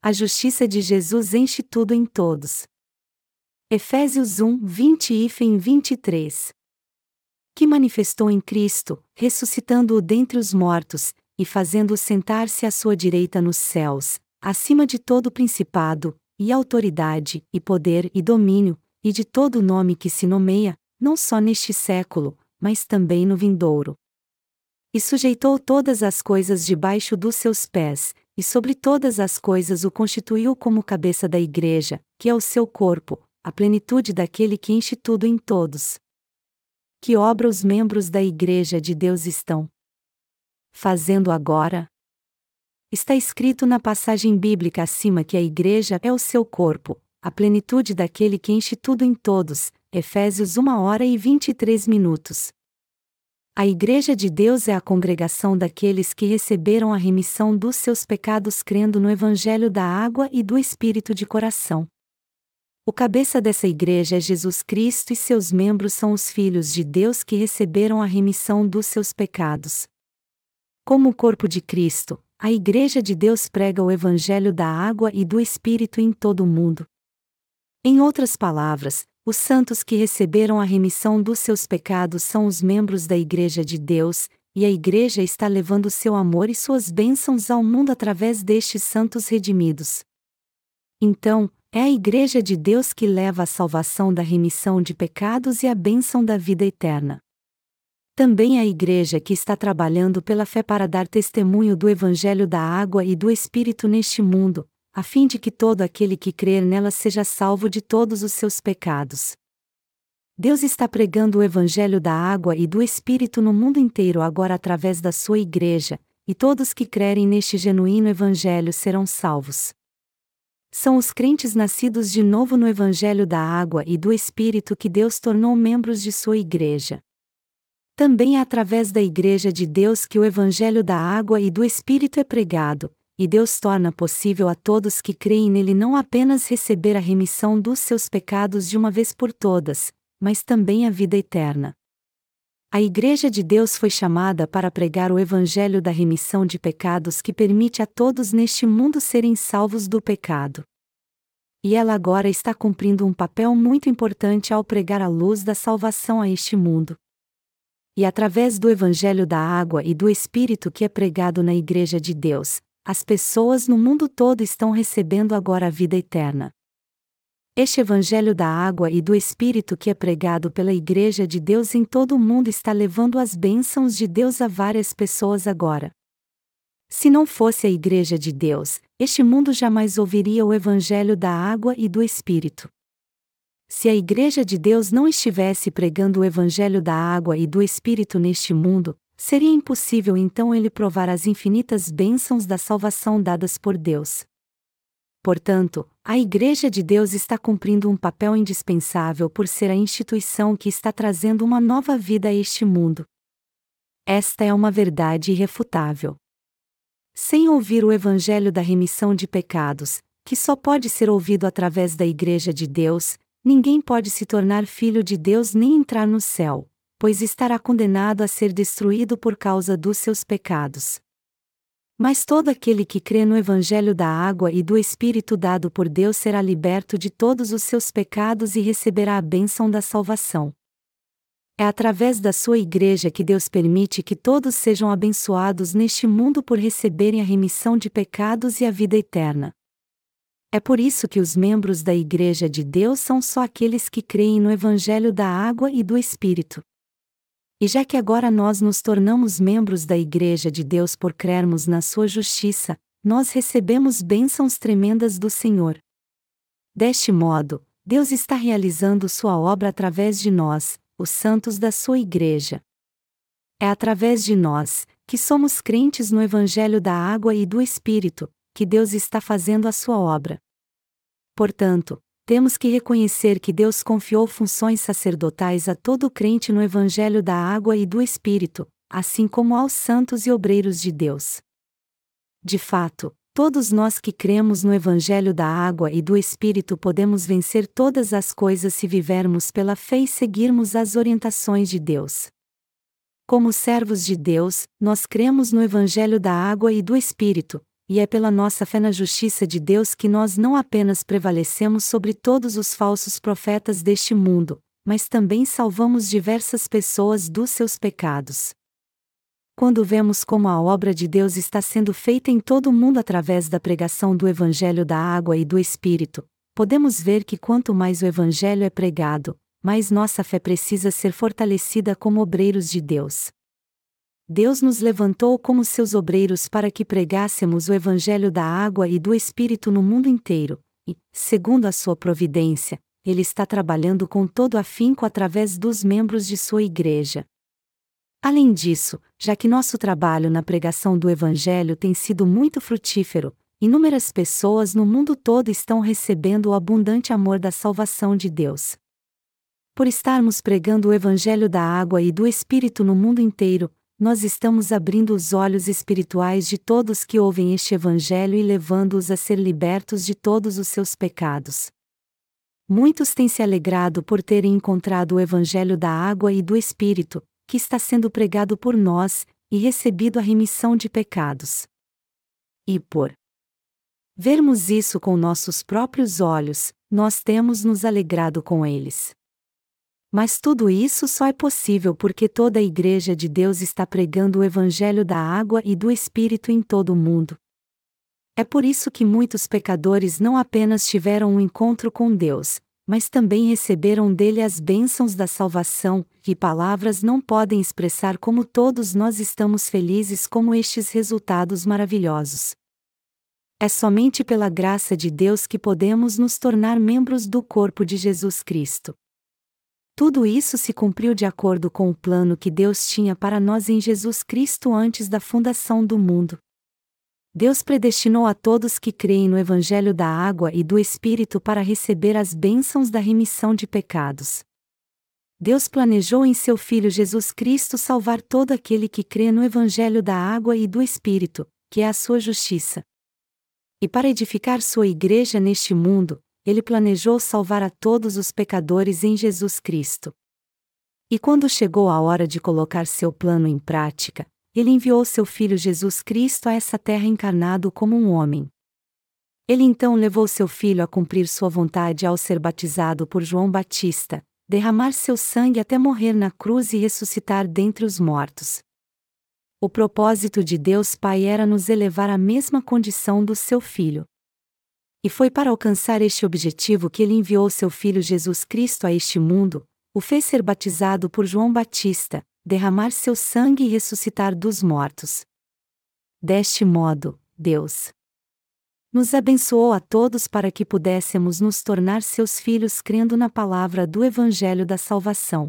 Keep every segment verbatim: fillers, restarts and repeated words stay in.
A justiça de Jesus enche tudo em todos. Efésios um, vinte e vinte e três. Que manifestou em Cristo, ressuscitando-o dentre os mortos, e fazendo-o sentar-se à sua direita nos céus, acima de todo principado, e autoridade, e poder e domínio, e de todo nome que se nomeia, não só neste século, mas também no vindouro. E sujeitou todas as coisas debaixo dos seus pés, e sobre todas as coisas o constituiu como cabeça da Igreja, que é o seu corpo, a plenitude daquele que enche tudo em todos. Que obra os membros da Igreja de Deus estão fazendo agora? Está escrito na passagem bíblica acima que a Igreja é o seu corpo, a plenitude daquele que enche tudo em todos, Efésios uma hora e vinte e três minutos. A Igreja de Deus é a congregação daqueles que receberam a remissão dos seus pecados crendo no Evangelho da água e do Espírito de coração. O cabeça dessa Igreja é Jesus Cristo e seus membros são os filhos de Deus que receberam a remissão dos seus pecados. Como o corpo de Cristo, a Igreja de Deus prega o Evangelho da água e do Espírito em todo o mundo. Em outras palavras, os santos que receberam a remissão dos seus pecados são os membros da Igreja de Deus, e a Igreja está levando seu amor e suas bênçãos ao mundo através destes santos redimidos. Então, é a Igreja de Deus que leva a salvação da remissão de pecados e a bênção da vida eterna. Também é a Igreja que está trabalhando pela fé para dar testemunho do Evangelho da água e do Espírito neste mundo, a fim de que todo aquele que crer nela seja salvo de todos os seus pecados. Deus está pregando o Evangelho da água e do Espírito no mundo inteiro agora através da sua Igreja, e todos que crerem neste genuíno Evangelho serão salvos. São os crentes nascidos de novo no Evangelho da água e do Espírito que Deus tornou membros de sua Igreja. Também é através da Igreja de Deus que o Evangelho da água e do Espírito é pregado, e Deus torna possível a todos que creem nele não apenas receber a remissão dos seus pecados de uma vez por todas, mas também a vida eterna. A Igreja de Deus foi chamada para pregar o Evangelho da remissão de pecados que permite a todos neste mundo serem salvos do pecado. E ela agora está cumprindo um papel muito importante ao pregar a luz da salvação a este mundo. E através do Evangelho da água e do Espírito que é pregado na Igreja de Deus, as pessoas no mundo todo estão recebendo agora a vida eterna. Este Evangelho da água e do Espírito que é pregado pela Igreja de Deus em todo o mundo está levando as bênçãos de Deus a várias pessoas agora. Se não fosse a Igreja de Deus, este mundo jamais ouviria o Evangelho da água e do Espírito. Se a Igreja de Deus não estivesse pregando o Evangelho da água e do Espírito neste mundo, seria impossível então ele provar as infinitas bênçãos da salvação dadas por Deus. Portanto, a Igreja de Deus está cumprindo um papel indispensável por ser a instituição que está trazendo uma nova vida a este mundo. Esta é uma verdade irrefutável. Sem ouvir o Evangelho da remissão de pecados, que só pode ser ouvido através da Igreja de Deus, ninguém pode se tornar filho de Deus nem entrar no céu, pois estará condenado a ser destruído por causa dos seus pecados. Mas todo aquele que crê no Evangelho da água e do Espírito dado por Deus será liberto de todos os seus pecados e receberá a bênção da salvação. É através da sua Igreja que Deus permite que todos sejam abençoados neste mundo por receberem a remissão de pecados e a vida eterna. É por isso que os membros da Igreja de Deus são só aqueles que creem no Evangelho da água e do Espírito. E já que agora nós nos tornamos membros da Igreja de Deus por crermos na sua justiça, nós recebemos bênçãos tremendas do Senhor. Deste modo, Deus está realizando sua obra através de nós, os santos da sua Igreja. É através de nós, que somos crentes no Evangelho da água e do Espírito, que Deus está fazendo a sua obra. Portanto, temos que reconhecer que Deus confiou funções sacerdotais a todo crente no Evangelho da água e do Espírito, assim como aos santos e obreiros de Deus. De fato, todos nós que cremos no Evangelho da água e do Espírito podemos vencer todas as coisas se vivermos pela fé e seguirmos as orientações de Deus. Como servos de Deus, nós cremos no Evangelho da água e do Espírito, e é pela nossa fé na justiça de Deus que nós não apenas prevalecemos sobre todos os falsos profetas deste mundo, mas também salvamos diversas pessoas dos seus pecados. Quando vemos como a obra de Deus está sendo feita em todo o mundo através da pregação do Evangelho da Água e do Espírito, podemos ver que quanto mais o Evangelho é pregado, mais nossa fé precisa ser fortalecida como obreiros de Deus. Deus nos levantou como seus obreiros para que pregássemos o Evangelho da Água e do Espírito no mundo inteiro, e, segundo a sua providência, Ele está trabalhando com todo afinco através dos membros de sua igreja. Além disso, já que nosso trabalho na pregação do Evangelho tem sido muito frutífero, inúmeras pessoas no mundo todo estão recebendo o abundante amor da salvação de Deus. Por estarmos pregando o Evangelho da Água e do Espírito no mundo inteiro, nós estamos abrindo os olhos espirituais de todos que ouvem este Evangelho e levando-os a ser libertos de todos os seus pecados. Muitos têm se alegrado por terem encontrado o Evangelho da Água e do Espírito, que está sendo pregado por nós, e recebido a remissão de pecados. E por vermos isso com nossos próprios olhos, nós temos nos alegrado com eles. Mas tudo isso só é possível porque toda a Igreja de Deus está pregando o Evangelho da Água e do Espírito em todo o mundo. É por isso que muitos pecadores não apenas tiveram um encontro com Deus, mas também receberam dele as bênçãos da salvação, que palavras não podem expressar como todos nós estamos felizes com estes resultados maravilhosos. É somente pela graça de Deus que podemos nos tornar membros do corpo de Jesus Cristo. Tudo isso se cumpriu de acordo com o plano que Deus tinha para nós em Jesus Cristo antes da fundação do mundo. Deus predestinou a todos que creem no Evangelho da Água e do Espírito para receber as bênçãos da remissão de pecados. Deus planejou em seu Filho Jesus Cristo salvar todo aquele que crê no Evangelho da Água e do Espírito, que é a sua justiça. E para edificar sua igreja neste mundo, Ele planejou salvar a todos os pecadores em Jesus Cristo. E quando chegou a hora de colocar seu plano em prática, Ele enviou seu Filho Jesus Cristo a essa terra encarnado como um homem. Ele então levou seu Filho a cumprir sua vontade ao ser batizado por João Batista, derramar seu sangue até morrer na cruz e ressuscitar dentre os mortos. O propósito de Deus Pai era nos elevar à mesma condição do seu Filho. E foi para alcançar este objetivo que Ele enviou seu Filho Jesus Cristo a este mundo, o fez ser batizado por João Batista, derramar seu sangue e ressuscitar dos mortos. Deste modo, Deus nos abençoou a todos para que pudéssemos nos tornar seus filhos crendo na palavra do Evangelho da Salvação.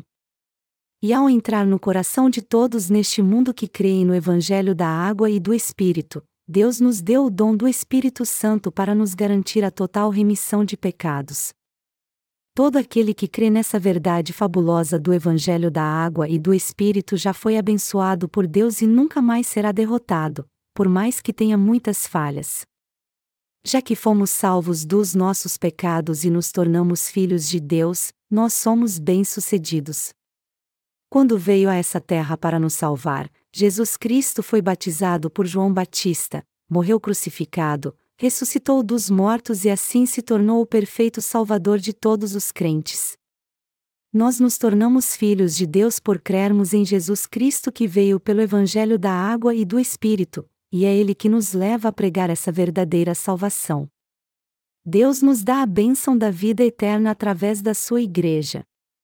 E ao entrar no coração de todos neste mundo que creem no Evangelho da Água e do Espírito, Deus nos deu o dom do Espírito Santo para nos garantir a total remissão de pecados. Todo aquele que crê nessa verdade fabulosa do Evangelho da Água e do Espírito já foi abençoado por Deus e nunca mais será derrotado, por mais que tenha muitas falhas. Já que fomos salvos dos nossos pecados e nos tornamos filhos de Deus, nós somos bem-sucedidos. Quando veio a essa terra para nos salvar, Jesus Cristo foi batizado por João Batista, morreu crucificado, ressuscitou dos mortos e assim se tornou o perfeito Salvador de todos os crentes. Nós nos tornamos filhos de Deus por crermos em Jesus Cristo que veio pelo Evangelho da Água e do Espírito, e é Ele que nos leva a pregar essa verdadeira salvação. Deus nos dá a bênção da vida eterna através da sua igreja.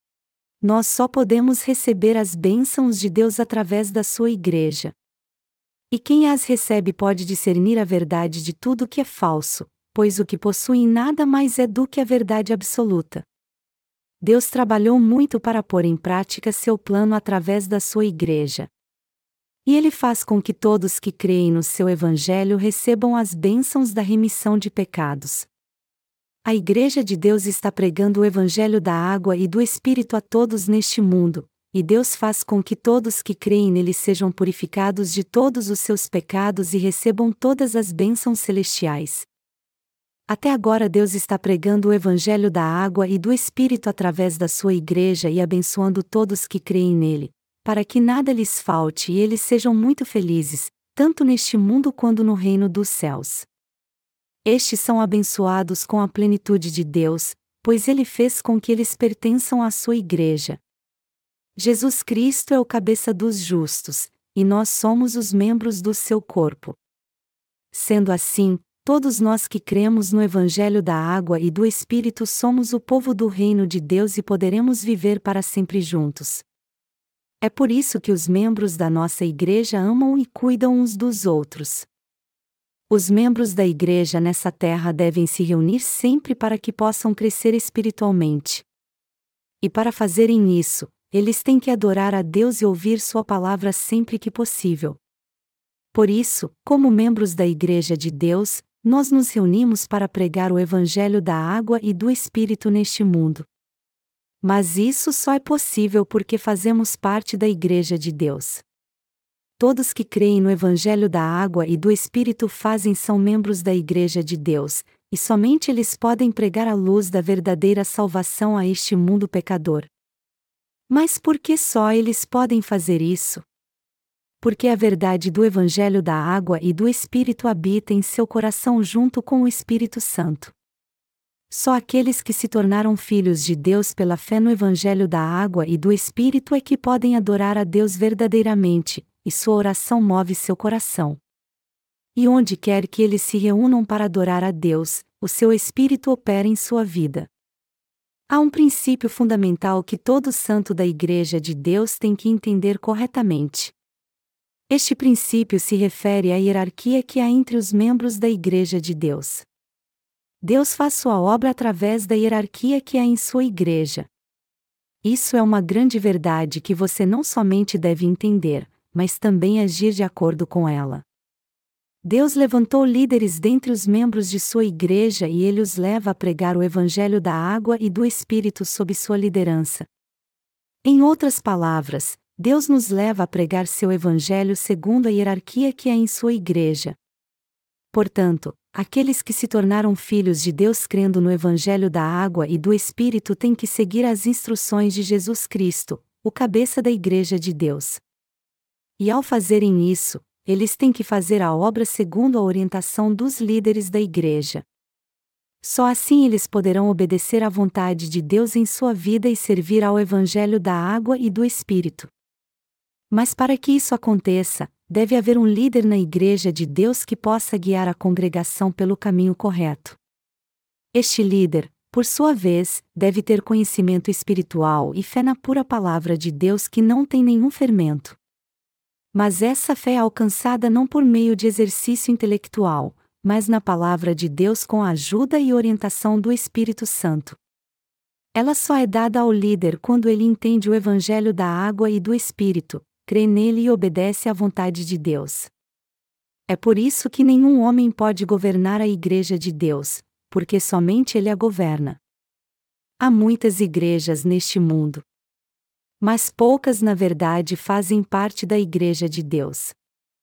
Nós só podemos receber as bênçãos de Deus através da sua igreja. E quem as recebe pode discernir a verdade de tudo que é falso, pois o que possuem nada mais é do que a verdade absoluta. Deus trabalhou muito para pôr em prática seu plano através da sua igreja. E Ele faz com que todos que creem no seu Evangelho recebam as bênçãos da remissão de pecados. A Igreja de Deus está pregando o Evangelho da Água e do Espírito a todos neste mundo, e Deus faz com que todos que creem nele sejam purificados de todos os seus pecados e recebam todas as bênçãos celestiais. Até agora Deus está pregando o Evangelho da Água e do Espírito através da sua igreja e abençoando todos que creem nele, para que nada lhes falte e eles sejam muito felizes, tanto neste mundo quanto no reino dos céus. Estes são abençoados com a plenitude de Deus, pois Ele fez com que eles pertençam à sua igreja. Jesus Cristo é o cabeça dos justos, e nós somos os membros do seu corpo. Sendo assim, todos nós que cremos no Evangelho da Água e do Espírito somos o povo do reino de Deus e poderemos viver para sempre juntos. É por isso que os membros da nossa igreja amam e cuidam uns dos outros. Os membros da igreja nessa terra devem se reunir sempre para que possam crescer espiritualmente. E para fazerem isso, eles têm que adorar a Deus e ouvir sua palavra sempre que possível. Por isso, como membros da Igreja de Deus, nós nos reunimos para pregar o Evangelho da Água e do Espírito neste mundo. Mas isso só é possível porque fazemos parte da Igreja de Deus. Todos que creem no Evangelho da Água e do Espírito fazem são membros da Igreja de Deus, e somente eles podem pregar a luz da verdadeira salvação a este mundo pecador. Mas por que só eles podem fazer isso? Porque a verdade do Evangelho da Água e do Espírito habita em seu coração junto com o Espírito Santo. Só aqueles que se tornaram filhos de Deus pela fé no Evangelho da Água e do Espírito é que podem adorar a Deus verdadeiramente, e sua oração move seu coração. E onde quer que eles se reúnam para adorar a Deus, o seu Espírito opera em sua vida. Há um princípio fundamental que todo santo da Igreja de Deus tem que entender corretamente. Este princípio se refere à hierarquia que há entre os membros da Igreja de Deus. Deus faz sua obra através da hierarquia que há em sua Igreja. Isso é uma grande verdade que você não somente deve entender, mas também agir de acordo com ela. Deus levantou líderes dentre os membros de sua igreja e ele os leva a pregar o Evangelho da Água e do Espírito sob sua liderança. Em outras palavras, Deus nos leva a pregar seu Evangelho segundo a hierarquia que há em sua igreja. Portanto, aqueles que se tornaram filhos de Deus crendo no Evangelho da Água e do Espírito têm que seguir as instruções de Jesus Cristo, o cabeça da Igreja de Deus. E ao fazerem isso, eles têm que fazer a obra segundo a orientação dos líderes da igreja. Só assim eles poderão obedecer à vontade de Deus em sua vida e servir ao Evangelho da Água e do Espírito. Mas para que isso aconteça, deve haver um líder na Igreja de Deus que possa guiar a congregação pelo caminho correto. Este líder, por sua vez, deve ter conhecimento espiritual e fé na pura palavra de Deus que não tem nenhum fermento. Mas essa fé é alcançada não por meio de exercício intelectual, mas na palavra de Deus com a ajuda e orientação do Espírito Santo. Ela só é dada ao líder quando ele entende o Evangelho da Água e do Espírito, crê nele e obedece à vontade de Deus. É por isso que nenhum homem pode governar a Igreja de Deus, porque somente ele a governa. Há muitas igrejas neste mundo. Mas poucas na verdade fazem parte da Igreja de Deus.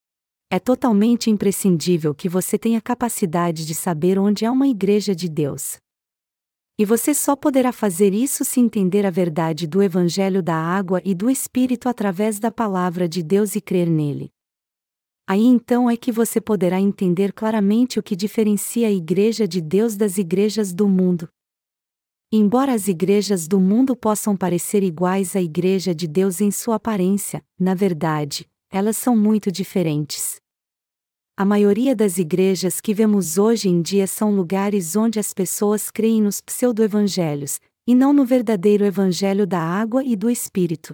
É totalmente imprescindível que você tenha capacidade de saber onde há uma Igreja de Deus. E você só poderá fazer isso se entender a verdade do Evangelho da Água e do Espírito através da palavra de Deus e crer nele. Aí então é que você poderá entender claramente o que diferencia a Igreja de Deus das igrejas do mundo. Embora as igrejas do mundo possam parecer iguais à Igreja de Deus em sua aparência, na verdade, elas são muito diferentes. A maioria das igrejas que vemos hoje em dia são lugares onde as pessoas creem nos pseudo-evangelhos, e não no verdadeiro Evangelho da Água e do Espírito.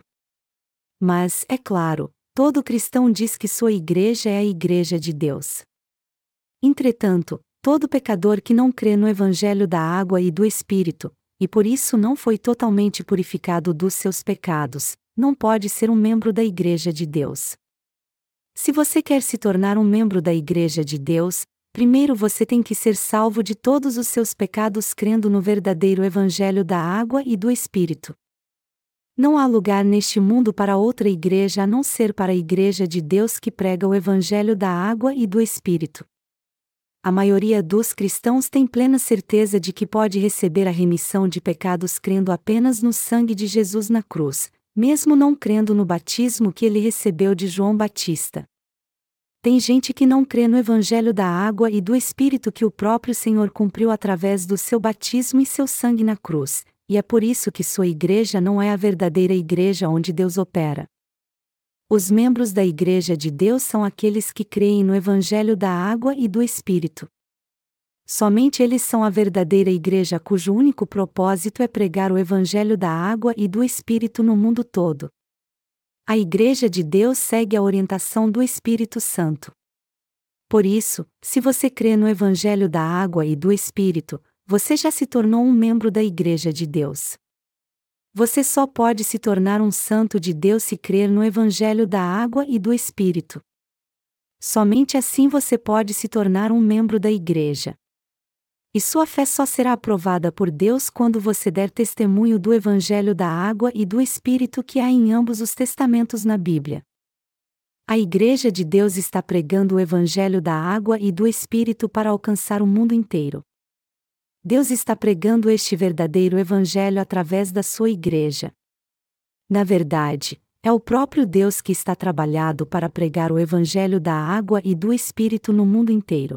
Mas, é claro, todo cristão diz que sua igreja é a Igreja de Deus. Entretanto, todo pecador que não crê no Evangelho da Água e do Espírito, e por isso não foi totalmente purificado dos seus pecados, não pode ser um membro da Igreja de Deus. Se você quer se tornar um membro da Igreja de Deus, primeiro você tem que ser salvo de todos os seus pecados crendo no verdadeiro Evangelho da Água e do Espírito. Não há lugar neste mundo para outra igreja a não ser para a Igreja de Deus que prega o Evangelho da Água e do Espírito. A maioria dos cristãos tem plena certeza de que pode receber a remissão de pecados crendo apenas no sangue de Jesus na cruz, mesmo não crendo no batismo que ele recebeu de João Batista. tem gente que não crê no Evangelho da água e do Espírito que o próprio Senhor cumpriu através do seu batismo e seu sangue na cruz, e é por isso que sua igreja não é a verdadeira igreja onde Deus opera. Os membros da Igreja de Deus são aqueles que creem no Evangelho da água e do Espírito. Somente eles são a verdadeira igreja cujo único propósito é pregar o Evangelho da água e do Espírito no mundo todo. A Igreja de Deus segue a orientação do Espírito Santo. Por isso, se você crê no Evangelho da água e do Espírito, você já se tornou um membro da Igreja de Deus. Você só pode se tornar um santo de Deus se crer no Evangelho da água e do Espírito. Somente assim você pode se tornar um membro da Igreja. E sua fé só será aprovada por Deus quando você der testemunho do Evangelho da água e do Espírito que há em ambos os testamentos na Bíblia. A Igreja de Deus está pregando o Evangelho da água e do Espírito para alcançar o mundo inteiro. Deus está pregando este verdadeiro Evangelho através da sua Igreja. Na verdade, é o próprio Deus que está trabalhando para pregar o Evangelho da água e do Espírito no mundo inteiro.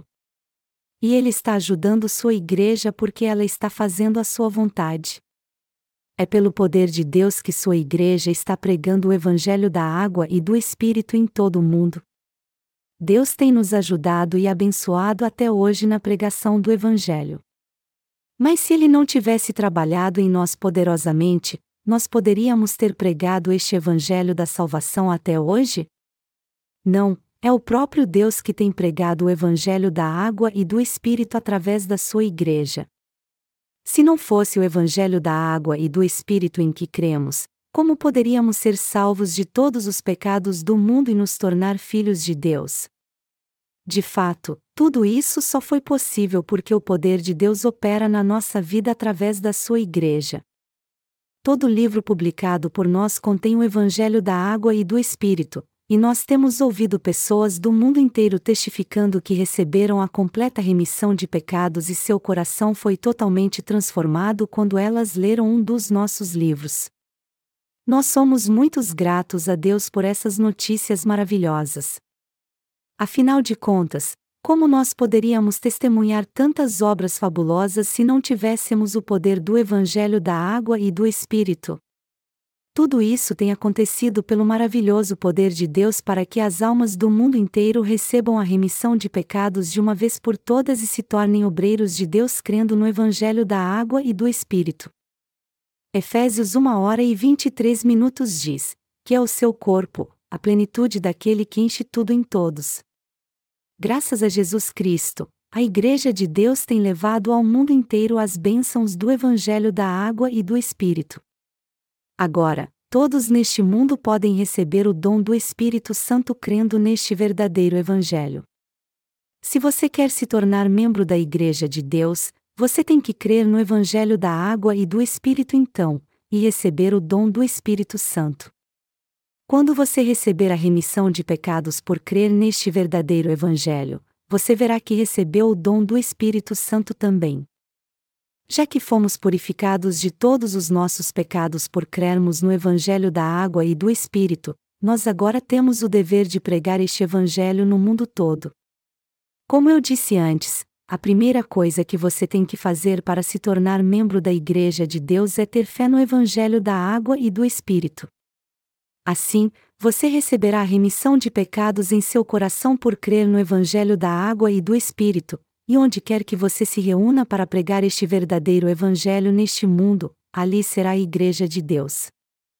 E Ele está ajudando sua Igreja porque ela está fazendo a sua vontade. É pelo poder de Deus que sua Igreja está pregando o Evangelho da água e do Espírito em todo o mundo. Deus tem nos ajudado e abençoado até hoje na pregação do Evangelho. Mas se Ele não tivesse trabalhado em nós poderosamente, nós poderíamos ter pregado este Evangelho da salvação até hoje? Não. É o próprio Deus que tem pregado o Evangelho da água e do Espírito através da sua Igreja. Se não fosse o Evangelho da água e do Espírito em que cremos, como poderíamos ser salvos de todos os pecados do mundo e nos tornar filhos de Deus? De fato, tudo isso só foi possível porque o poder de Deus opera na nossa vida através da sua Igreja. Todo livro publicado por nós contém o Evangelho da água e do Espírito. E nós temos ouvido pessoas do mundo inteiro testificando que receberam a completa remissão de pecados e seu coração foi totalmente transformado quando elas leram um dos nossos livros. Nós somos muito gratos a Deus por essas notícias maravilhosas. Afinal de contas, como nós poderíamos testemunhar tantas obras fabulosas se não tivéssemos o poder do Evangelho da água e do Espírito? Tudo isso tem acontecido pelo maravilhoso poder de Deus para que as almas do mundo inteiro recebam a remissão de pecados de uma vez por todas e se tornem obreiros de Deus crendo no Evangelho da água e do Espírito. Efésios uma hora e vinte e três minutos diz, que é o seu corpo, a plenitude daquele que enche tudo em todos. Graças a Jesus Cristo, a Igreja de Deus tem levado ao mundo inteiro as bênçãos do Evangelho da água e do Espírito. Agora, todos neste mundo podem receber o dom do Espírito Santo crendo neste verdadeiro Evangelho. Se você quer se tornar membro da Igreja de Deus, você tem que crer no Evangelho da água e do Espírito então, e receber o dom do Espírito Santo. Quando você receber a remissão de pecados por crer neste verdadeiro Evangelho, você verá que recebeu o dom do Espírito Santo também. Já que fomos purificados de todos os nossos pecados por crermos no Evangelho da água e do Espírito, nós agora temos o dever de pregar este Evangelho no mundo todo. Como eu disse antes, a primeira coisa que você tem que fazer para se tornar membro da Igreja de Deus é ter fé no Evangelho da água e do Espírito. Assim, você receberá a remissão de pecados em seu coração por crer no Evangelho da água e do Espírito. E onde quer que você se reúna para pregar este verdadeiro Evangelho neste mundo, ali será a Igreja de Deus.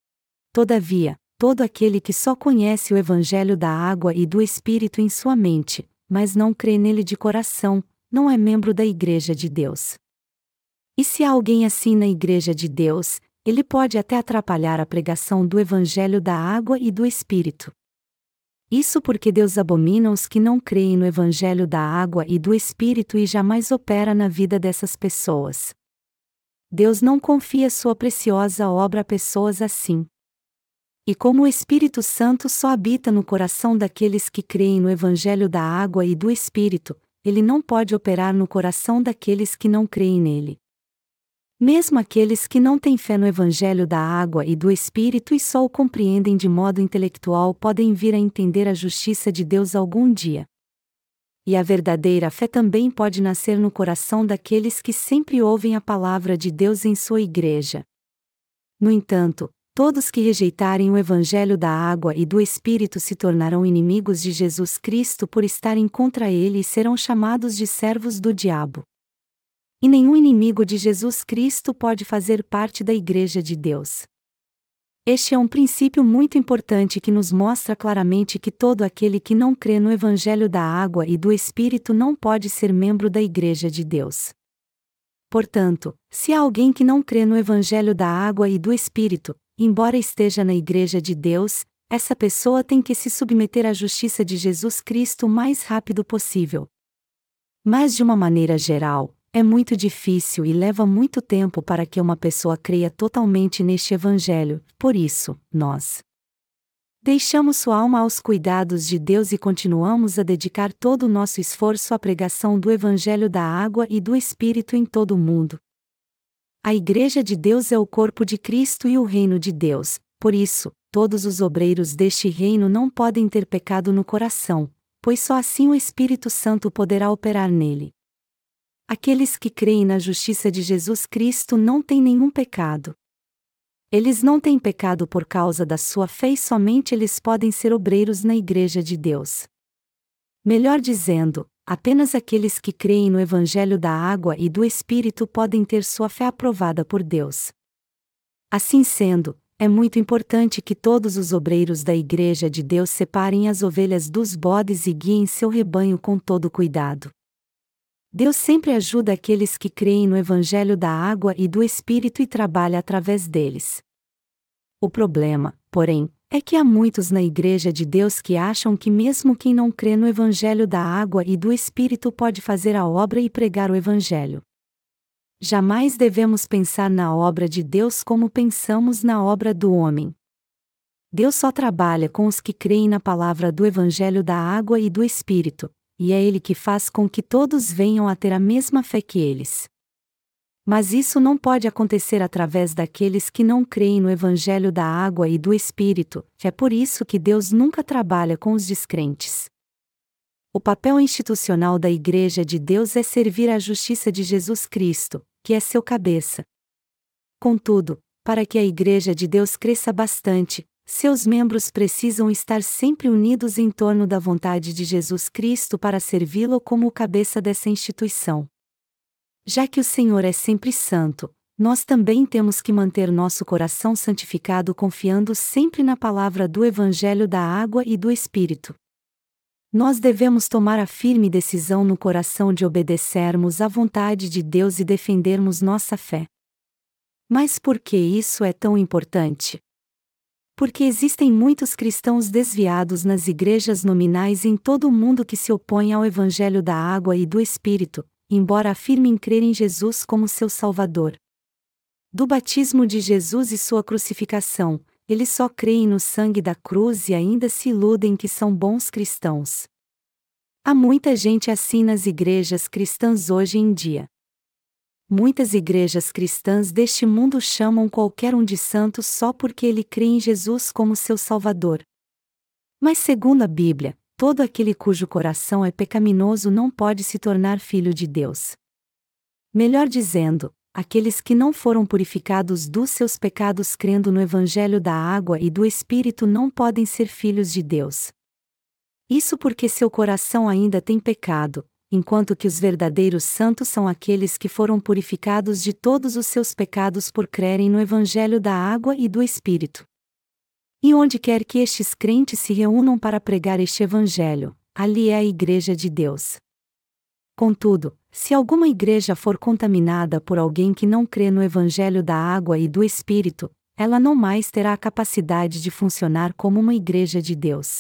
Todavia, todo aquele que só conhece o Evangelho da água e do Espírito em sua mente, mas não crê nele de coração, não é membro da Igreja de Deus. E se há alguém assim na Igreja de Deus, ele pode até atrapalhar a pregação do Evangelho da água e do Espírito. Isso porque Deus abomina os que não creem no Evangelho da água e do Espírito e jamais opera na vida dessas pessoas. Deus não confia sua preciosa obra a pessoas assim. E como o Espírito Santo só habita no coração daqueles que creem no Evangelho da água e do Espírito, ele não pode operar no coração daqueles que não creem nele. Mesmo aqueles que não têm fé no Evangelho da água e do Espírito e só o compreendem de modo intelectual podem vir a entender a justiça de Deus algum dia. E a verdadeira fé também pode nascer no coração daqueles que sempre ouvem a palavra de Deus em sua igreja. No entanto, todos que rejeitarem o Evangelho da água e do Espírito se tornarão inimigos de Jesus Cristo por estarem contra ele e serão chamados de servos do diabo. E nenhum inimigo de Jesus Cristo pode fazer parte da Igreja de Deus. Este é um princípio muito importante que nos mostra claramente que todo aquele que não crê no Evangelho da água e do Espírito não pode ser membro da Igreja de Deus. Portanto, se há alguém que não crê no Evangelho da água e do Espírito, embora esteja na Igreja de Deus, essa pessoa tem que se submeter à justiça de Jesus Cristo o mais rápido possível. Mas de uma maneira geral, é muito difícil e leva muito tempo para que uma pessoa creia totalmente neste Evangelho, por isso, nós deixamos sua alma aos cuidados de Deus e continuamos a dedicar todo o nosso esforço à pregação do Evangelho da água e do Espírito em todo o mundo. A Igreja de Deus é o corpo de Cristo e o reino de Deus, por isso, todos os obreiros deste reino não podem ter pecado no coração, pois só assim o Espírito Santo poderá operar nele. Aqueles que creem na justiça de Jesus Cristo não têm nenhum pecado. Eles não têm pecado por causa da sua fé e somente eles podem ser obreiros na Igreja de Deus. Melhor dizendo, apenas aqueles que creem no Evangelho da água e do Espírito podem ter sua fé aprovada por Deus. Assim sendo, é muito importante que todos os obreiros da Igreja de Deus separem as ovelhas dos bodes e guiem seu rebanho com todo cuidado. Deus sempre ajuda aqueles que creem no Evangelho da água e do Espírito e trabalha através deles. O problema, porém, é que há muitos na Igreja de Deus que acham que mesmo quem não crê no Evangelho da água e do Espírito pode fazer a obra e pregar o Evangelho. Jamais devemos pensar na obra de Deus como pensamos na obra do homem. Deus só trabalha com os que creem na palavra do Evangelho da água e do Espírito, e é Ele que faz com que todos venham a ter a mesma fé que eles. Mas isso não pode acontecer através daqueles que não creem no Evangelho da água e do Espírito, é por isso que Deus nunca trabalha com os descrentes. O papel institucional da Igreja de Deus é servir à justiça de Jesus Cristo, que é seu cabeça. Contudo, para que a Igreja de Deus cresça bastante, seus membros precisam estar sempre unidos em torno da vontade de Jesus Cristo para servi-lo como o cabeça dessa instituição. Já que o Senhor é sempre santo, nós também temos que manter nosso coração santificado confiando sempre na palavra do Evangelho da água e do Espírito. Nós devemos tomar a firme decisão no coração de obedecermos à vontade de Deus e defendermos nossa fé. Mas por que isso é tão importante? Porque existem muitos cristãos desviados nas igrejas nominais em todo o mundo que se opõem ao Evangelho da água e do Espírito, embora afirmem crer em Jesus como seu Salvador. Do batismo de Jesus e sua crucificação, eles só creem no sangue da cruz e ainda se iludem que são bons cristãos. Há muita gente assim nas igrejas cristãs hoje em dia. Muitas igrejas cristãs deste mundo chamam qualquer um de santo só porque ele crê em Jesus como seu Salvador. Mas segundo a Bíblia, todo aquele cujo coração é pecaminoso não pode se tornar filho de Deus. Melhor dizendo, aqueles que não foram purificados dos seus pecados crendo no Evangelho da água e do Espírito não podem ser filhos de Deus. Isso porque seu coração ainda tem pecado, enquanto que os verdadeiros santos são aqueles que foram purificados de todos os seus pecados por crerem no Evangelho da água e do Espírito. E onde quer que estes crentes se reúnam para pregar este Evangelho, ali é a Igreja de Deus. Contudo, se alguma igreja for contaminada por alguém que não crê no Evangelho da água e do Espírito, ela não mais terá a capacidade de funcionar como uma igreja de Deus.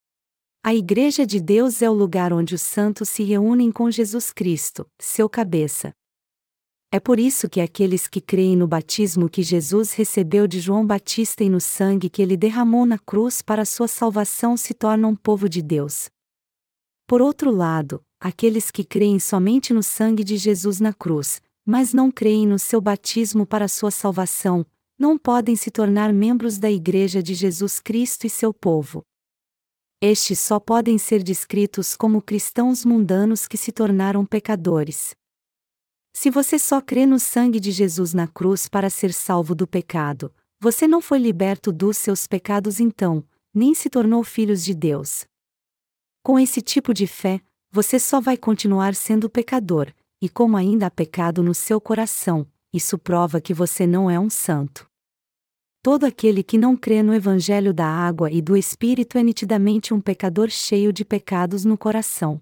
A Igreja de Deus é o lugar onde os santos se reúnem com Jesus Cristo, seu cabeça. É por isso que aqueles que creem no batismo que Jesus recebeu de João Batista e no sangue que ele derramou na cruz para sua salvação se tornam povo de Deus. Por outro lado, aqueles que creem somente no sangue de Jesus na cruz, mas não creem no seu batismo para sua salvação, não podem se tornar membros da Igreja de Jesus Cristo e seu povo. Estes só podem ser descritos como cristãos mundanos que se tornaram pecadores. Se você só crê no sangue de Jesus na cruz para ser salvo do pecado, você não foi liberto dos seus pecados então, nem se tornou filhos de Deus. Com esse tipo de fé, você só vai continuar sendo pecador, e como ainda há pecado no seu coração, isso prova que você não é um santo. Todo aquele que não crê no Evangelho da água e do Espírito é nitidamente um pecador cheio de pecados no coração.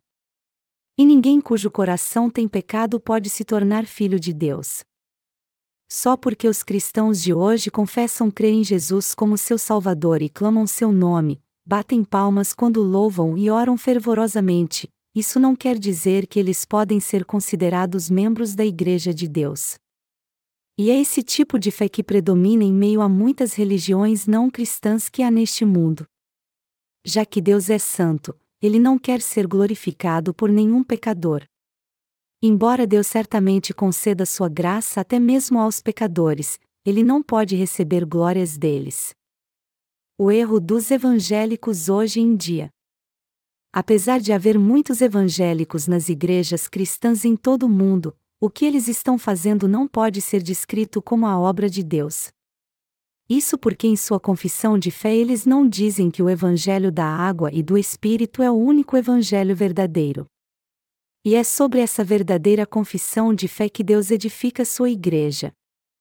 E ninguém cujo coração tem pecado pode se tornar filho de Deus. Só porque os cristãos de hoje confessam crer em Jesus como seu Salvador e clamam seu nome, batem palmas quando louvam e oram fervorosamente, isso não quer dizer que eles podem ser considerados membros da Igreja de Deus. E é esse tipo de fé que predomina em meio a muitas religiões não cristãs que há neste mundo. Já que Deus é santo, Ele não quer ser glorificado por nenhum pecador. Embora Deus certamente conceda sua graça até mesmo aos pecadores, Ele não pode receber glórias deles. O erro dos evangélicos hoje em dia. Apesar de haver muitos evangélicos nas igrejas cristãs em todo o mundo, o que eles estão fazendo não pode ser descrito como a obra de Deus. Isso porque em sua confissão de fé eles não dizem que o Evangelho da água e do Espírito é o único Evangelho verdadeiro. E é sobre essa verdadeira confissão de fé que Deus edifica sua igreja.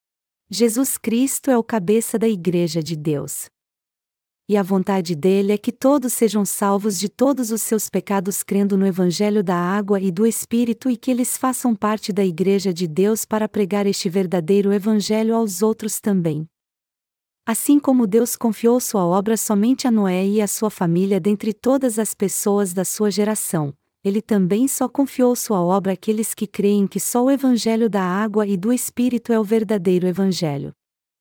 Jesus Cristo é o cabeça da igreja de Deus. E a vontade dele é que todos sejam salvos de todos os seus pecados crendo no Evangelho da água e do Espírito e que eles façam parte da Igreja de Deus para pregar este verdadeiro Evangelho aos outros também. Assim como Deus confiou sua obra somente a Noé e a sua família dentre todas as pessoas da sua geração, Ele também só confiou sua obra àqueles que creem que só o Evangelho da água e do Espírito é o verdadeiro Evangelho.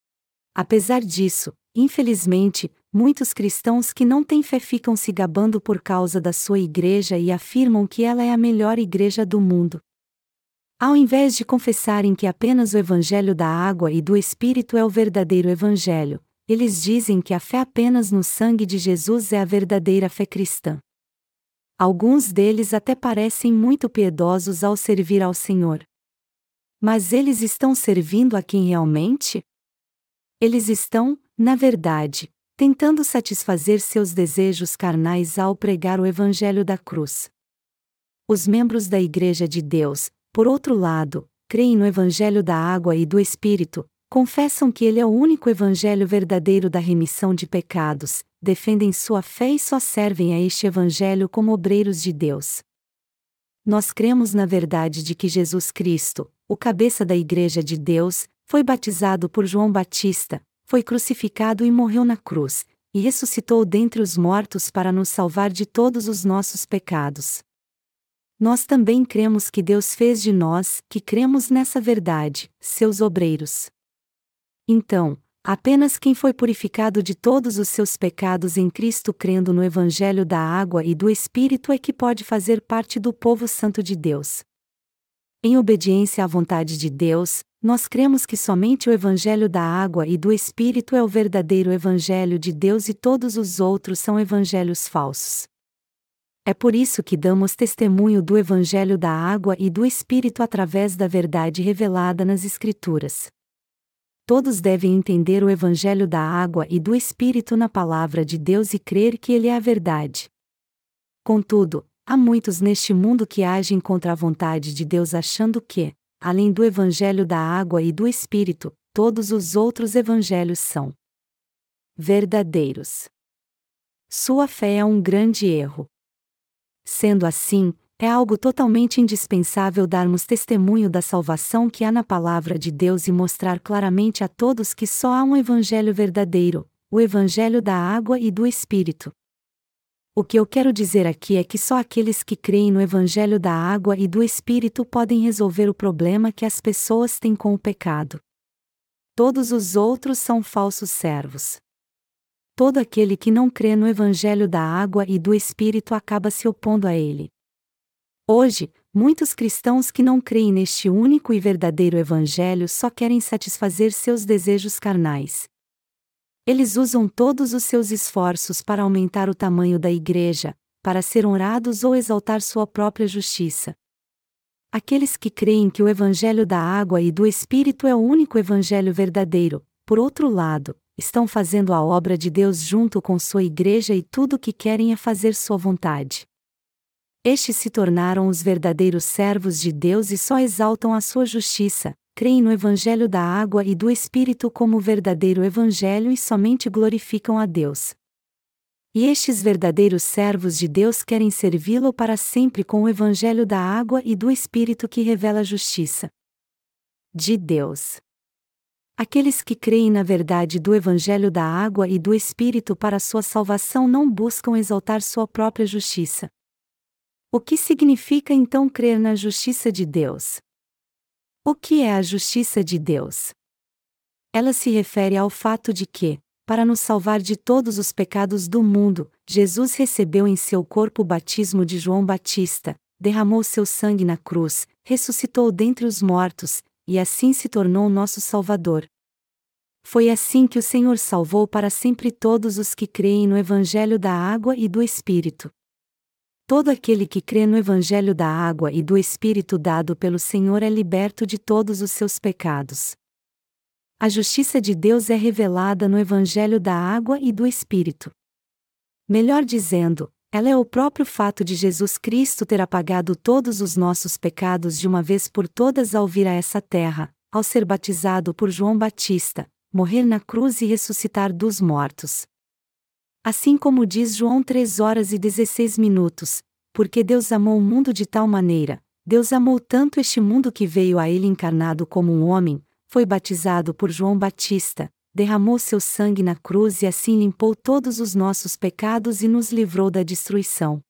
Apesar disso, infelizmente, muitos cristãos que não têm fé ficam se gabando por causa da sua igreja e afirmam que ela é a melhor igreja do mundo. Ao invés de confessarem que apenas o Evangelho da água e do Espírito é o verdadeiro Evangelho, eles dizem que a fé apenas no sangue de Jesus é a verdadeira fé cristã. Alguns deles até parecem muito piedosos ao servir ao Senhor. Mas eles estão servindo a quem realmente? Eles estão, na verdade, tentando satisfazer seus desejos carnais ao pregar o Evangelho da cruz. Os membros da Igreja de Deus, por outro lado, creem no Evangelho da água e do Espírito, confessam que ele é o único Evangelho verdadeiro da remissão de pecados, defendem sua fé e só servem a este Evangelho como obreiros de Deus. Nós cremos na verdade de que Jesus Cristo, o cabeça da Igreja de Deus, foi batizado por João Batista, foi crucificado e morreu na cruz, e ressuscitou dentre os mortos para nos salvar de todos os nossos pecados. Nós também cremos que Deus fez de nós, que cremos nessa verdade, seus obreiros. Então, apenas quem foi purificado de todos os seus pecados em Cristo crendo no Evangelho da água e do Espírito é que pode fazer parte do povo santo de Deus. Em obediência à vontade de Deus, nós cremos que somente o Evangelho da água e do Espírito é o verdadeiro Evangelho de Deus e todos os outros são evangelhos falsos. É por isso que damos testemunho do Evangelho da água e do Espírito através da verdade revelada nas Escrituras. Todos devem entender o Evangelho da água e do Espírito na palavra de Deus e crer que ele é a verdade. Contudo, há muitos neste mundo que agem contra a vontade de Deus achando que, além do Evangelho da água e do Espírito, todos os outros evangelhos são verdadeiros. Sua fé é um grande erro. Sendo assim, é algo totalmente indispensável darmos testemunho da salvação que há na palavra de Deus e mostrar claramente a todos que só há um Evangelho verdadeiro, o Evangelho da água e do Espírito. O que eu quero dizer aqui é que só aqueles que creem no Evangelho da água e do Espírito podem resolver o problema que as pessoas têm com o pecado. Todos os outros são falsos servos. Todo aquele que não crê no Evangelho da água e do Espírito acaba se opondo a ele. Hoje, Muitos cristãos que não creem neste único e verdadeiro Evangelho só querem satisfazer seus desejos carnais. Eles usam todos os seus esforços para aumentar o tamanho da igreja, para ser honrados ou exaltar sua própria justiça. Aqueles que creem que o Evangelho da água e do Espírito é o único Evangelho verdadeiro, por outro lado, estão fazendo a obra de Deus junto com sua igreja e tudo o que querem é fazer sua vontade. Estes se tornaram os verdadeiros servos de Deus e só exaltam a sua justiça, creem no Evangelho da água e do Espírito como o verdadeiro Evangelho e somente glorificam a Deus. E estes verdadeiros servos de Deus querem servi-lo para sempre com o Evangelho da água e do Espírito que revela a justiça de Deus. Aqueles que creem na verdade do Evangelho da água e do Espírito para sua salvação não buscam exaltar sua própria justiça. O que significa então crer na justiça de Deus? O que é a justiça de Deus? Ela se refere ao fato de que, para nos salvar de todos os pecados do mundo, Jesus recebeu em seu corpo o batismo de João Batista, derramou seu sangue na cruz, ressuscitou dentre os mortos, e assim se tornou nosso Salvador. Foi assim que o Senhor salvou para sempre todos os que creem no Evangelho da água e do Espírito. Todo aquele que crê no Evangelho da água e do Espírito dado pelo Senhor é liberto de todos os seus pecados. A justiça de Deus é revelada no Evangelho da água e do Espírito. Melhor dizendo, ela é o próprio fato de Jesus Cristo ter apagado todos os nossos pecados de uma vez por todas ao vir a essa terra, ao ser batizado por João Batista, morrer na cruz e ressuscitar dos mortos. Assim como diz João três horas e dezesseis minutos, porque Deus amou o mundo de tal maneira, Deus amou tanto este mundo que veio a ele encarnado como um homem, foi batizado por João Batista, derramou seu sangue na cruz e assim limpou todos os nossos pecados e nos livrou da destruição.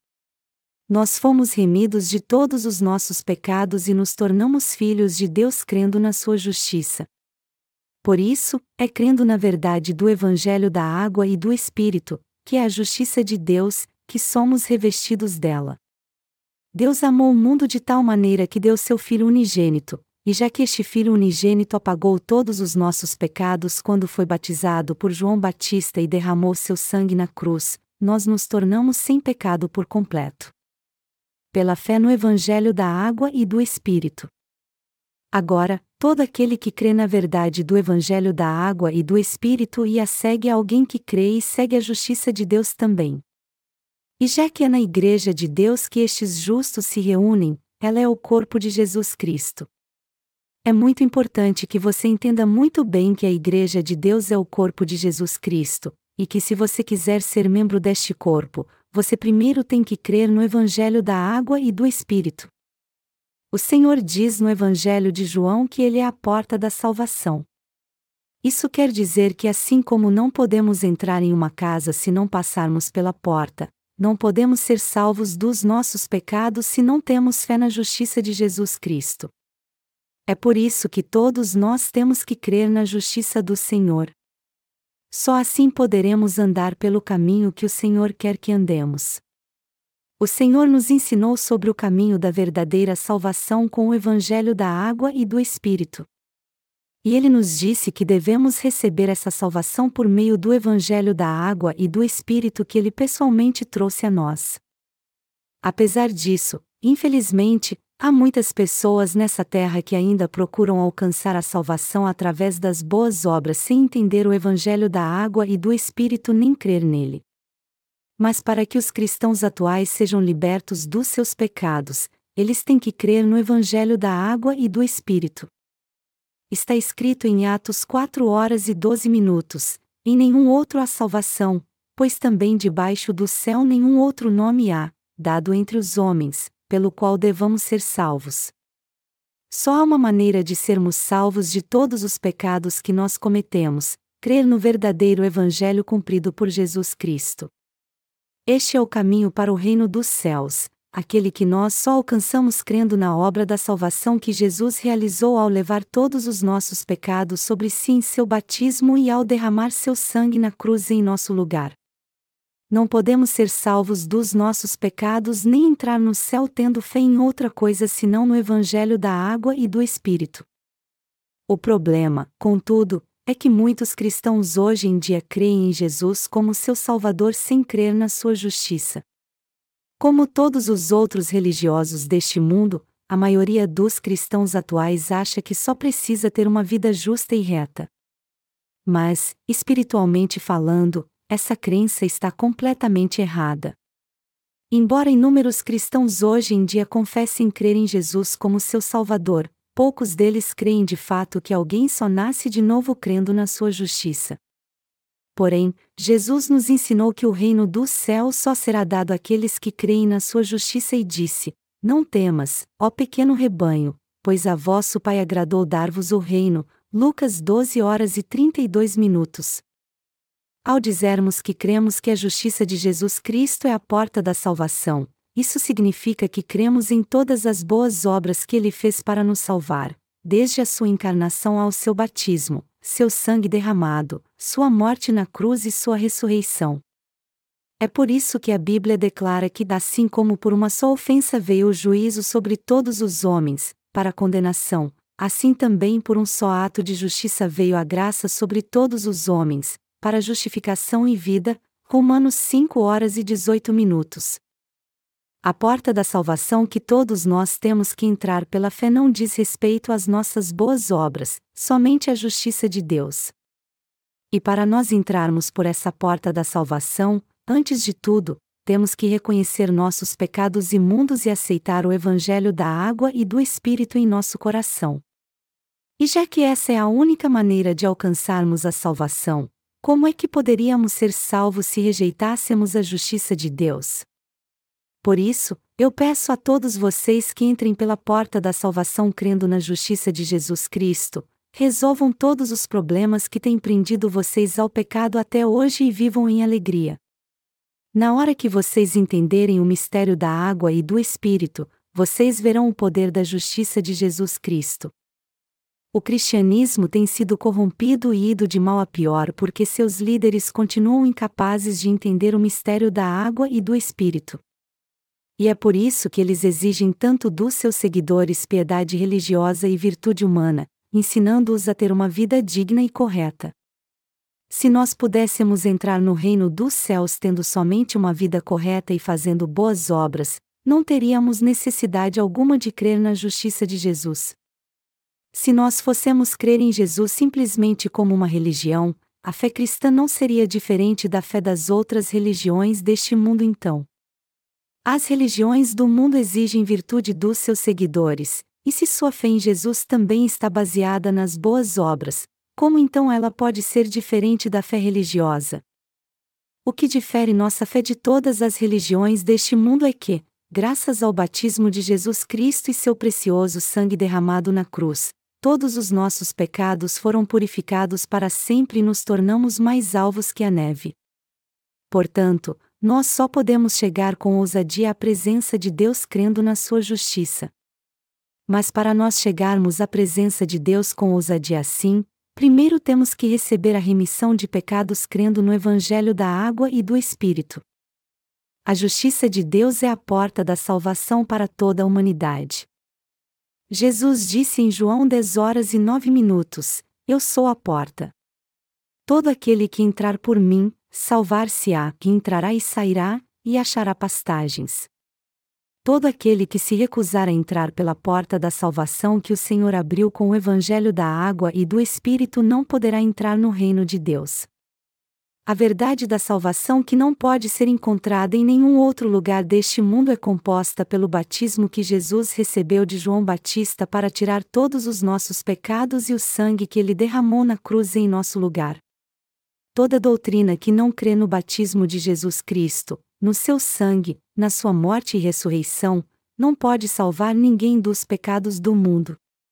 Nós fomos remidos de todos os nossos pecados e nos tornamos filhos de Deus crendo na sua justiça. Por isso, é crendo na verdade do Evangelho da água e do Espírito, que é a justiça de Deus, que somos revestidos dela. Deus amou o mundo de tal maneira que deu seu Filho unigênito, e já que este Filho unigênito apagou todos os nossos pecados quando foi batizado por João Batista e derramou seu sangue na cruz, nós nos tornamos sem pecado por completo. Pela fé no Evangelho da água e do Espírito. Agora, todo aquele que crê na verdade do Evangelho da água e do Espírito e a segue é alguém que crê e segue a justiça de Deus também. E já que é na Igreja de Deus que estes justos se reúnem, ela é o corpo de Jesus Cristo. É muito importante que você entenda muito bem que a Igreja de Deus é o corpo de Jesus Cristo, e que se você quiser ser membro deste corpo, você primeiro tem que crer no Evangelho da água e do Espírito. O Senhor diz no Evangelho de João que ele é a porta da salvação. Isso quer dizer que assim como não podemos entrar em uma casa se não passarmos pela porta, não podemos ser salvos dos nossos pecados se não temos fé na justiça de Jesus Cristo. É por isso que todos nós temos que crer na justiça do Senhor. Só assim poderemos andar pelo caminho que o Senhor quer que andemos. O Senhor nos ensinou sobre o caminho da verdadeira salvação com o Evangelho da água e do Espírito. E Ele nos disse que devemos receber essa salvação por meio do Evangelho da água e do Espírito que Ele pessoalmente trouxe a nós. Apesar disso, infelizmente, há muitas pessoas nessa terra que ainda procuram alcançar a salvação através das boas obras sem entender o Evangelho da água e do Espírito nem crer nele. Mas para que os cristãos atuais sejam libertos dos seus pecados, eles têm que crer no Evangelho da água e do Espírito. Está escrito em Atos quatro horas e doze minutos, em nenhum outro há salvação, pois também debaixo do céu nenhum outro nome há, dado entre os homens, pelo qual devamos ser salvos. Só há uma maneira de sermos salvos de todos os pecados que nós cometemos, crer no verdadeiro Evangelho cumprido por Jesus Cristo. Este é o caminho para o reino dos céus, aquele que nós só alcançamos crendo na obra da salvação que Jesus realizou ao levar todos os nossos pecados sobre si em seu batismo e ao derramar seu sangue na cruz em nosso lugar. Não podemos ser salvos dos nossos pecados nem entrar no céu tendo fé em outra coisa senão no Evangelho da água e do Espírito. O problema, contudo, é que muitos cristãos hoje em dia creem em Jesus como seu Salvador sem crer na sua justiça. Como todos os outros religiosos deste mundo, a maioria dos cristãos atuais acha que só precisa ter uma vida justa e reta. Mas, espiritualmente falando, essa crença está completamente errada. Embora inúmeros cristãos hoje em dia confessem crer em Jesus como seu Salvador, poucos deles creem de fato que alguém só nasce de novo crendo na sua justiça. Porém, Jesus nos ensinou que o reino dos céus só será dado àqueles que creem na sua justiça e disse: Não temas, ó pequeno rebanho, pois a vosso Pai agradou dar-vos o reino. Lucas doze horas e trinta e dois minutos. Ao dizermos que cremos que a justiça de Jesus Cristo é a porta da salvação, isso significa que cremos em todas as boas obras que Ele fez para nos salvar, desde a sua encarnação ao seu batismo, seu sangue derramado, sua morte na cruz e sua ressurreição. É por isso que a Bíblia declara que, assim como por uma só ofensa veio o juízo sobre todos os homens, para a condenação, assim também por um só ato de justiça veio a graça sobre todos os homens, para justificação e vida. Romanos cinco horas e dezoito minutos. A porta da salvação que todos nós temos que entrar pela fé não diz respeito às nossas boas obras, somente à justiça de Deus. E para nós entrarmos por essa porta da salvação, antes de tudo, temos que reconhecer nossos pecados imundos e aceitar o Evangelho da água e do Espírito em nosso coração. E já que essa é a única maneira de alcançarmos a salvação, como é que poderíamos ser salvos se rejeitássemos a justiça de Deus? Por isso, eu peço a todos vocês que entrem pela porta da salvação crendo na justiça de Jesus Cristo, resolvam todos os problemas que têm prendido vocês ao pecado até hoje e vivam em alegria. Na hora que vocês entenderem o mistério da água e do Espírito, vocês verão o poder da justiça de Jesus Cristo. O cristianismo tem sido corrompido e ido de mal a pior porque seus líderes continuam incapazes de entender o mistério da água e do Espírito. E é por isso que eles exigem tanto dos seus seguidores piedade religiosa e virtude humana, ensinando-os a ter uma vida digna e correta. Se nós pudéssemos entrar no reino dos céus tendo somente uma vida correta e fazendo boas obras, não teríamos necessidade alguma de crer na justiça de Jesus. Se nós fossemos crer em Jesus simplesmente como uma religião, a fé cristã não seria diferente da fé das outras religiões deste mundo então. As religiões do mundo exigem virtude dos seus seguidores, e se sua fé em Jesus também está baseada nas boas obras, como então ela pode ser diferente da fé religiosa? O que difere nossa fé de todas as religiões deste mundo é que, graças ao batismo de Jesus Cristo e seu precioso sangue derramado na cruz, todos os nossos pecados foram purificados para sempre e nos tornamos mais alvos que a neve. Portanto, nós só podemos chegar com ousadia à presença de Deus crendo na sua justiça. Mas para nós chegarmos à presença de Deus com ousadia assim, primeiro temos que receber a remissão de pecados crendo no Evangelho da água e do Espírito. A justiça de Deus é a porta da salvação para toda a humanidade. Jesus disse em João dez horas e nove minutos, Eu sou a porta. Todo aquele que entrar por mim, salvar-se-á, que entrará e sairá, e achará pastagens. Todo aquele que se recusar a entrar pela porta da salvação que o Senhor abriu com o Evangelho da água e do Espírito não poderá entrar no reino de Deus. A verdade da salvação que não pode ser encontrada em nenhum outro lugar deste mundo é composta pelo batismo que Jesus recebeu de João Batista para tirar todos os nossos pecados e o sangue que ele derramou na cruz em nosso lugar. Toda doutrina que não crê no batismo de Jesus Cristo, no seu sangue, na sua morte e ressurreição, não pode salvar ninguém dos pecados do mundo.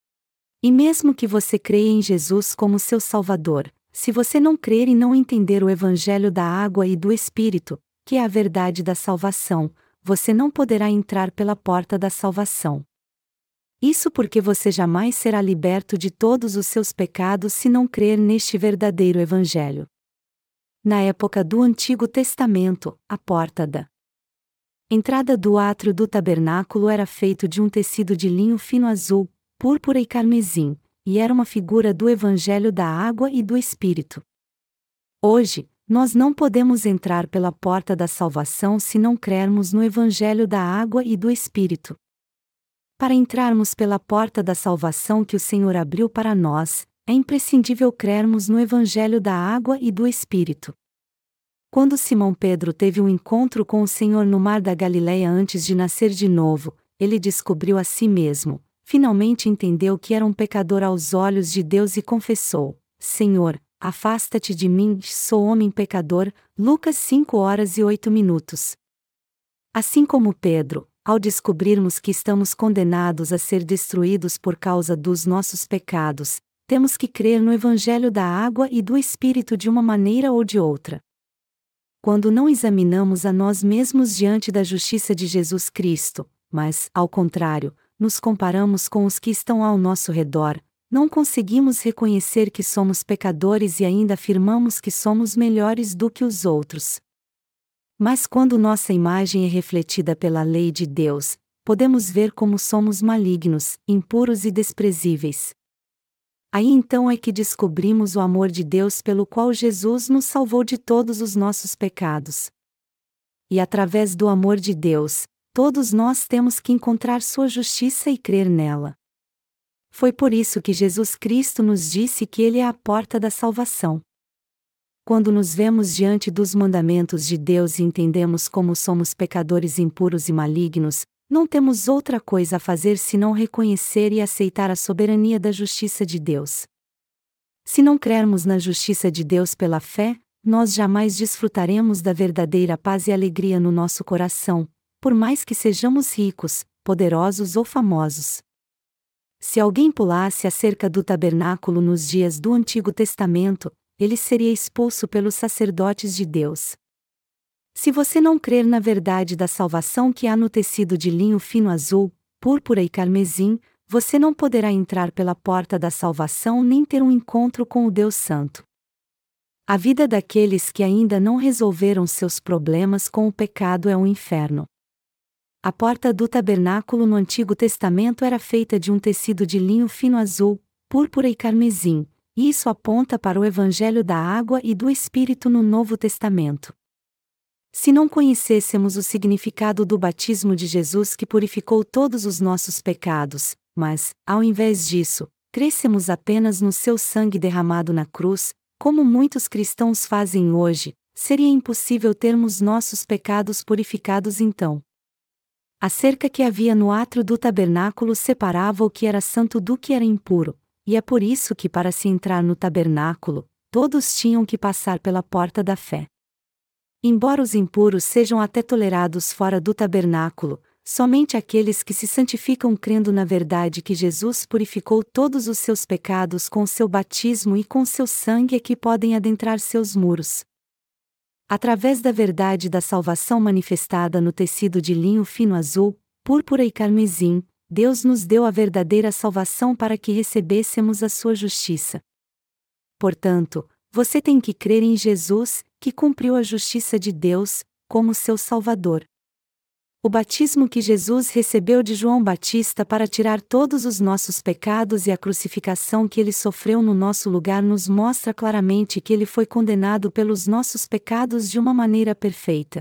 E mesmo que você creia em Jesus como seu Salvador, se você não crer e não entender o Evangelho da água e do Espírito, que é a verdade da salvação, você não poderá entrar pela porta da salvação. Isso porque você jamais será liberto de todos os seus pecados se não crer neste verdadeiro Evangelho. Na época do Antigo Testamento, a porta da entrada do átrio do tabernáculo era feito de um tecido de linho fino azul, púrpura e carmesim, e era uma figura do Evangelho da água e do Espírito. Hoje, nós não podemos entrar pela porta da salvação se não crermos no Evangelho da água e do Espírito. Para entrarmos pela porta da salvação que o Senhor abriu para nós, é imprescindível crermos no Evangelho da água e do Espírito. Quando Simão Pedro teve um encontro com o Senhor no mar da Galileia antes de nascer de novo, ele descobriu a si mesmo, finalmente entendeu que era um pecador aos olhos de Deus e confessou: Senhor, afasta-te de mim, sou homem pecador. Lucas cinco horas e oito minutos. Assim como Pedro, ao descobrirmos que estamos condenados a ser destruídos por causa dos nossos pecados, temos que crer no Evangelho da água e do Espírito de uma maneira ou de outra. Quando não examinamos a nós mesmos diante da justiça de Jesus Cristo, mas, ao contrário, nos comparamos com os que estão ao nosso redor, não conseguimos reconhecer que somos pecadores e ainda afirmamos que somos melhores do que os outros. Mas quando nossa imagem é refletida pela lei de Deus, podemos ver como somos malignos, impuros e desprezíveis. Aí então é que descobrimos o amor de Deus pelo qual Jesus nos salvou de todos os nossos pecados. E através do amor de Deus, todos nós temos que encontrar sua justiça e crer nela. Foi por isso que Jesus Cristo nos disse que Ele é a porta da salvação. Quando nos vemos diante dos mandamentos de Deus e entendemos como somos pecadores impuros e malignos, não temos outra coisa a fazer senão reconhecer e aceitar a soberania da justiça de Deus. Se não crermos na justiça de Deus pela fé, nós jamais desfrutaremos da verdadeira paz e alegria no nosso coração, por mais que sejamos ricos, poderosos ou famosos. Se alguém pulasse a cerca do tabernáculo nos dias do Antigo Testamento, ele seria expulso pelos sacerdotes de Deus. Se você não crer na verdade da salvação que há no tecido de linho fino azul, púrpura e carmesim, você não poderá entrar pela porta da salvação nem ter um encontro com o Deus Santo. A vida daqueles que ainda não resolveram seus problemas com o pecado é um inferno. A porta do tabernáculo no Antigo Testamento era feita de um tecido de linho fino azul, púrpura e carmesim, e isso aponta para o Evangelho da água e do Espírito no Novo Testamento. Se não conhecêssemos o significado do batismo de Jesus que purificou todos os nossos pecados, mas, ao invés disso, crêssemos apenas no seu sangue derramado na cruz, como muitos cristãos fazem hoje, seria impossível termos nossos pecados purificados então. A cerca que havia no átrio do tabernáculo separava o que era santo do que era impuro, e é por isso que para se entrar no tabernáculo, todos tinham que passar pela porta da fé. Embora os impuros sejam até tolerados fora do tabernáculo, somente aqueles que se santificam crendo na verdade que Jesus purificou todos os seus pecados com seu batismo e com seu sangue é que podem adentrar seus muros. Através da verdade da salvação manifestada no tecido de linho fino azul, púrpura e carmesim, Deus nos deu a verdadeira salvação para que recebêssemos a sua justiça. Portanto, você tem que crer em Jesus, que cumpriu a justiça de Deus, como seu Salvador. O batismo que Jesus recebeu de João Batista para tirar todos os nossos pecados e a crucificação que ele sofreu no nosso lugar nos mostra claramente que ele foi condenado pelos nossos pecados de uma maneira perfeita.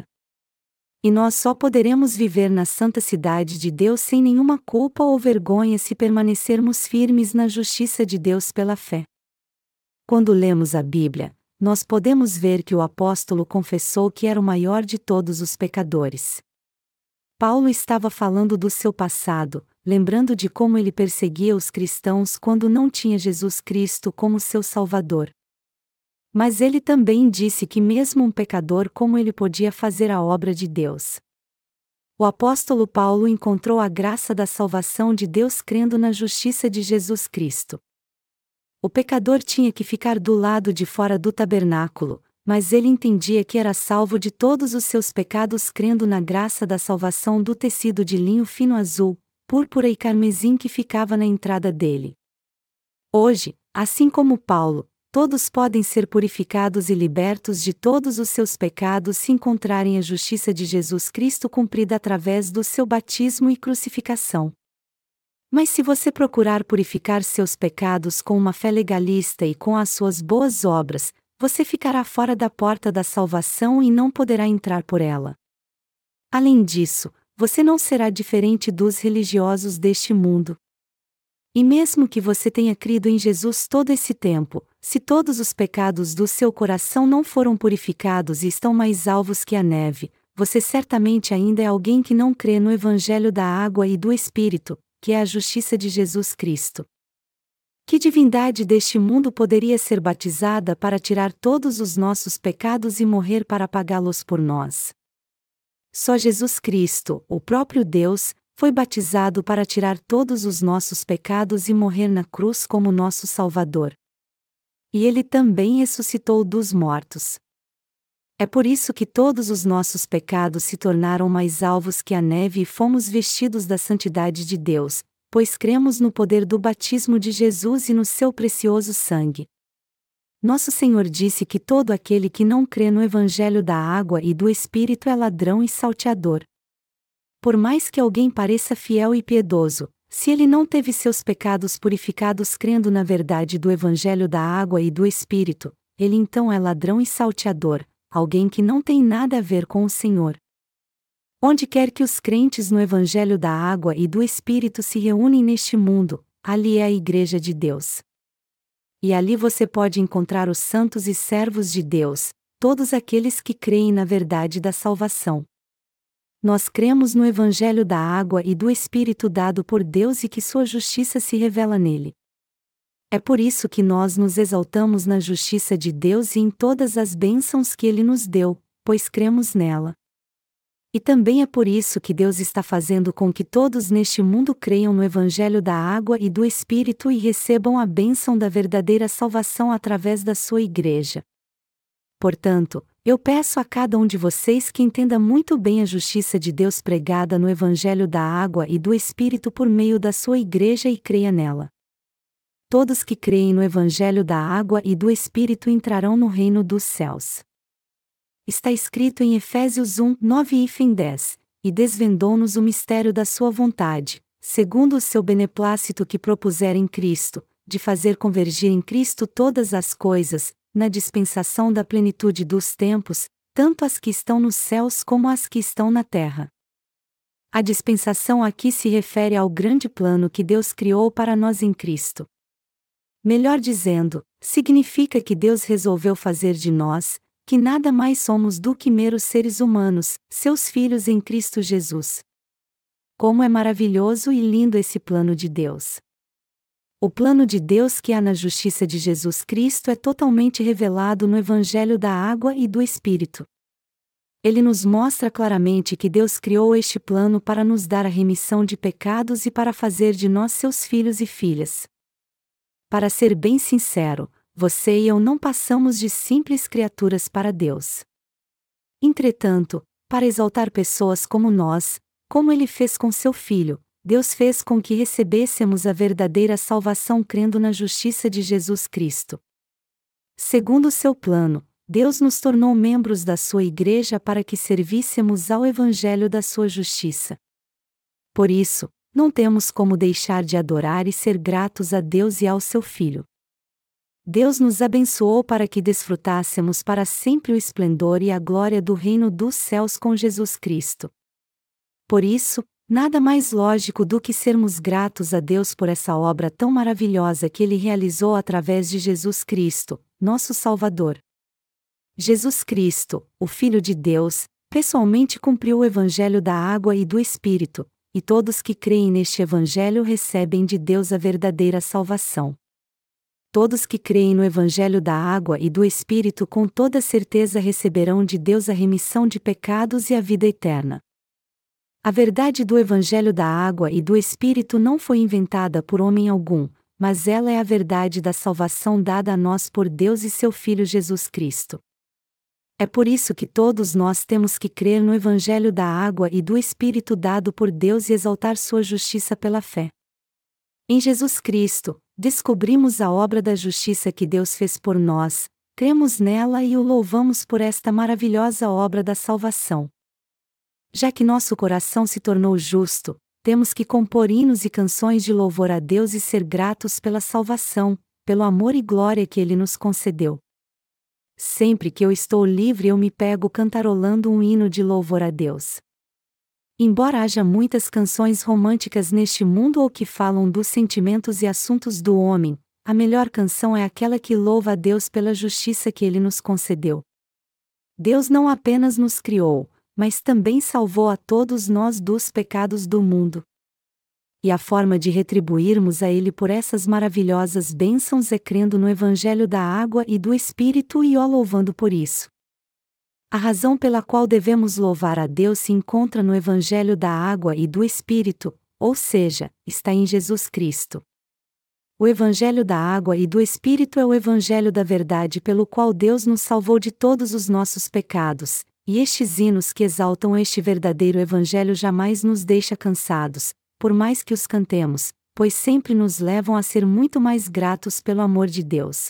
E nós só poderemos viver na santa cidade de Deus sem nenhuma culpa ou vergonha se permanecermos firmes na justiça de Deus pela fé. Quando lemos a Bíblia, nós podemos ver que o apóstolo confessou que era o maior de todos os pecadores. Paulo estava falando do seu passado, lembrando de como ele perseguia os cristãos quando não tinha Jesus Cristo como seu Salvador. Mas ele também disse que mesmo um pecador como ele podia fazer a obra de Deus. O apóstolo Paulo encontrou a graça da salvação de Deus crendo na justiça de Jesus Cristo. O pecador tinha que ficar do lado de fora do tabernáculo, mas ele entendia que era salvo de todos os seus pecados crendo na graça da salvação do tecido de linho fino azul, púrpura e carmesim que ficava na entrada dele. Hoje, assim como Paulo, todos podem ser purificados e libertos de todos os seus pecados se encontrarem a justiça de Jesus Cristo cumprida através do seu batismo e crucificação. Mas se você procurar purificar seus pecados com uma fé legalista e com as suas boas obras, você ficará fora da porta da salvação e não poderá entrar por ela. Além disso, você não será diferente dos religiosos deste mundo. E mesmo que você tenha crido em Jesus todo esse tempo, se todos os pecados do seu coração não foram purificados e estão mais alvos que a neve, você certamente ainda é alguém que não crê no Evangelho da água e do Espírito, que é a justiça de Jesus Cristo. Que divindade deste mundo poderia ser batizada para tirar todos os nossos pecados e morrer para pagá-los por nós? Só Jesus Cristo, o próprio Deus, foi batizado para tirar todos os nossos pecados e morrer na cruz como nosso Salvador. E ele também ressuscitou dos mortos. É por isso que todos os nossos pecados se tornaram mais alvos que a neve e fomos vestidos da santidade de Deus, pois cremos no poder do batismo de Jesus e no seu precioso sangue. Nosso Senhor disse que todo aquele que não crê no Evangelho da água e do Espírito é ladrão e salteador. Por mais que alguém pareça fiel e piedoso, se ele não teve seus pecados purificados crendo na verdade do Evangelho da água e do Espírito, ele então é ladrão e salteador, alguém que não tem nada a ver com o Senhor. Onde quer que os crentes no Evangelho da água e do Espírito se reúnem neste mundo, ali é a Igreja de Deus. E ali você pode encontrar os santos e servos de Deus, todos aqueles que creem na verdade da salvação. Nós cremos no Evangelho da água e do Espírito dado por Deus e que sua justiça se revela nele. É por isso que nós nos exaltamos na justiça de Deus e em todas as bênçãos que ele nos deu, pois cremos nela. E também é por isso que Deus está fazendo com que todos neste mundo creiam no Evangelho da água e do Espírito e recebam a bênção da verdadeira salvação através da sua Igreja. Portanto, eu peço a cada um de vocês que entenda muito bem a justiça de Deus pregada no Evangelho da água e do Espírito por meio da sua Igreja e creia nela. Todos que creem no Evangelho da água e do Espírito entrarão no reino dos céus. Está escrito em Efésios um, nove e dez, e desvendou-nos o mistério da sua vontade, segundo o seu beneplácito que propuser em Cristo, de fazer convergir em Cristo todas as coisas, na dispensação da plenitude dos tempos, tanto as que estão nos céus como as que estão na terra. A dispensação aqui se refere ao grande plano que Deus criou para nós em Cristo. Melhor dizendo, significa que Deus resolveu fazer de nós, que nada mais somos do que meros seres humanos, seus filhos em Cristo Jesus. Como é maravilhoso e lindo esse plano de Deus! O plano de Deus que há na justiça de Jesus Cristo é totalmente revelado no Evangelho da água e do Espírito. Ele nos mostra claramente que Deus criou este plano para nos dar a remissão de pecados e para fazer de nós seus filhos e filhas. Para ser bem sincero, você e eu não passamos de simples criaturas para Deus. Entretanto, para exaltar pessoas como nós, como Ele fez com seu Filho, Deus fez com que recebêssemos a verdadeira salvação crendo na justiça de Jesus Cristo. Segundo seu plano, Deus nos tornou membros da sua Igreja para que servíssemos ao Evangelho da sua justiça. Por isso, não temos como deixar de adorar e ser gratos a Deus e ao seu Filho. Deus nos abençoou para que desfrutássemos para sempre o esplendor e a glória do reino dos céus com Jesus Cristo. Por isso, nada mais lógico do que sermos gratos a Deus por essa obra tão maravilhosa que Ele realizou através de Jesus Cristo, nosso Salvador. Jesus Cristo, o Filho de Deus, pessoalmente cumpriu o Evangelho da água e do Espírito, e todos que creem neste Evangelho recebem de Deus a verdadeira salvação. Todos que creem no Evangelho da água e do Espírito com toda certeza receberão de Deus a remissão de pecados e a vida eterna. A verdade do Evangelho da água e do Espírito não foi inventada por homem algum, mas ela é a verdade da salvação dada a nós por Deus e seu Filho Jesus Cristo. É por isso que todos nós temos que crer no Evangelho da água e do Espírito dado por Deus e exaltar sua justiça pela fé. Em Jesus Cristo, descobrimos a obra da justiça que Deus fez por nós, cremos nela e o louvamos por esta maravilhosa obra da salvação. Já que nosso coração se tornou justo, temos que compor hinos e canções de louvor a Deus e ser gratos pela salvação, pelo amor e glória que Ele nos concedeu. Sempre que eu estou livre eu me pego cantarolando um hino de louvor a Deus. Embora haja muitas canções românticas neste mundo ou que falam dos sentimentos e assuntos do homem, a melhor canção é aquela que louva a Deus pela justiça que Ele nos concedeu. Deus não apenas nos criou, mas também salvou a todos nós dos pecados do mundo. E a forma de retribuirmos a Ele por essas maravilhosas bênçãos é crendo no Evangelho da Água e do Espírito e o louvando por isso. A razão pela qual devemos louvar a Deus se encontra no Evangelho da Água e do Espírito, ou seja, está em Jesus Cristo. O Evangelho da Água e do Espírito é o Evangelho da verdade pelo qual Deus nos salvou de todos os nossos pecados, e estes hinos que exaltam este verdadeiro Evangelho jamais nos deixa cansados, por mais que os cantemos, pois sempre nos levam a ser muito mais gratos pelo amor de Deus.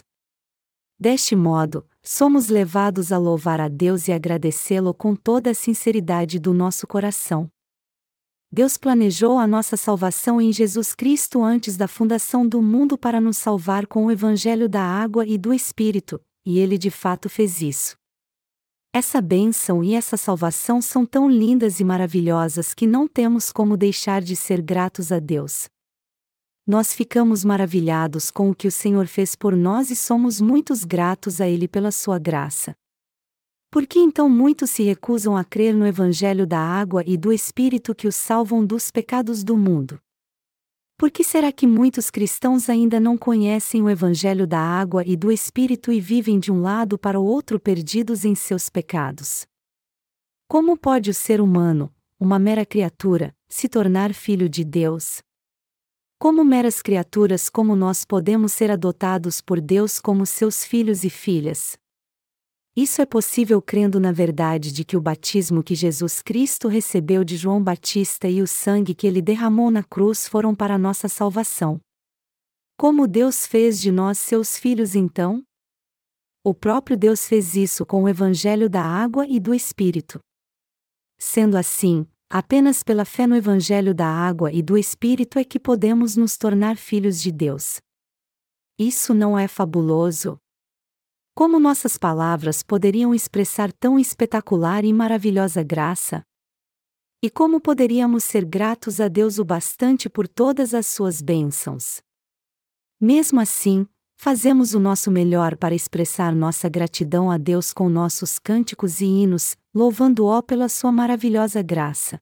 Deste modo, somos levados a louvar a Deus e agradecê-lo com toda a sinceridade do nosso coração. Deus planejou a nossa salvação em Jesus Cristo antes da fundação do mundo para nos salvar com o Evangelho da Água e do Espírito, e Ele de fato fez isso. Essa bênção e essa salvação são tão lindas e maravilhosas que não temos como deixar de ser gratos a Deus. Nós ficamos maravilhados com o que o Senhor fez por nós e somos muito gratos a Ele pela sua graça. Por que então muitos se recusam a crer no Evangelho da Água e do Espírito que os salvam dos pecados do mundo? Por que será que muitos cristãos ainda não conhecem o Evangelho da Água e do Espírito e vivem de um lado para o outro perdidos em seus pecados? Como pode o ser humano, uma mera criatura, se tornar filho de Deus? Como meras criaturas como nós podemos ser adotados por Deus como seus filhos e filhas? Isso é possível crendo na verdade de que o batismo que Jesus Cristo recebeu de João Batista e o sangue que ele derramou na cruz foram para nossa salvação. Como Deus fez de nós seus filhos então? O próprio Deus fez isso com o Evangelho da Água e do Espírito. Sendo assim, apenas pela fé no Evangelho da Água e do Espírito é que podemos nos tornar filhos de Deus. Isso não é fabuloso? Como nossas palavras poderiam expressar tão espetacular e maravilhosa graça? E como poderíamos ser gratos a Deus o bastante por todas as suas bênçãos? Mesmo assim, fazemos o nosso melhor para expressar nossa gratidão a Deus com nossos cânticos e hinos, louvando-o pela sua maravilhosa graça.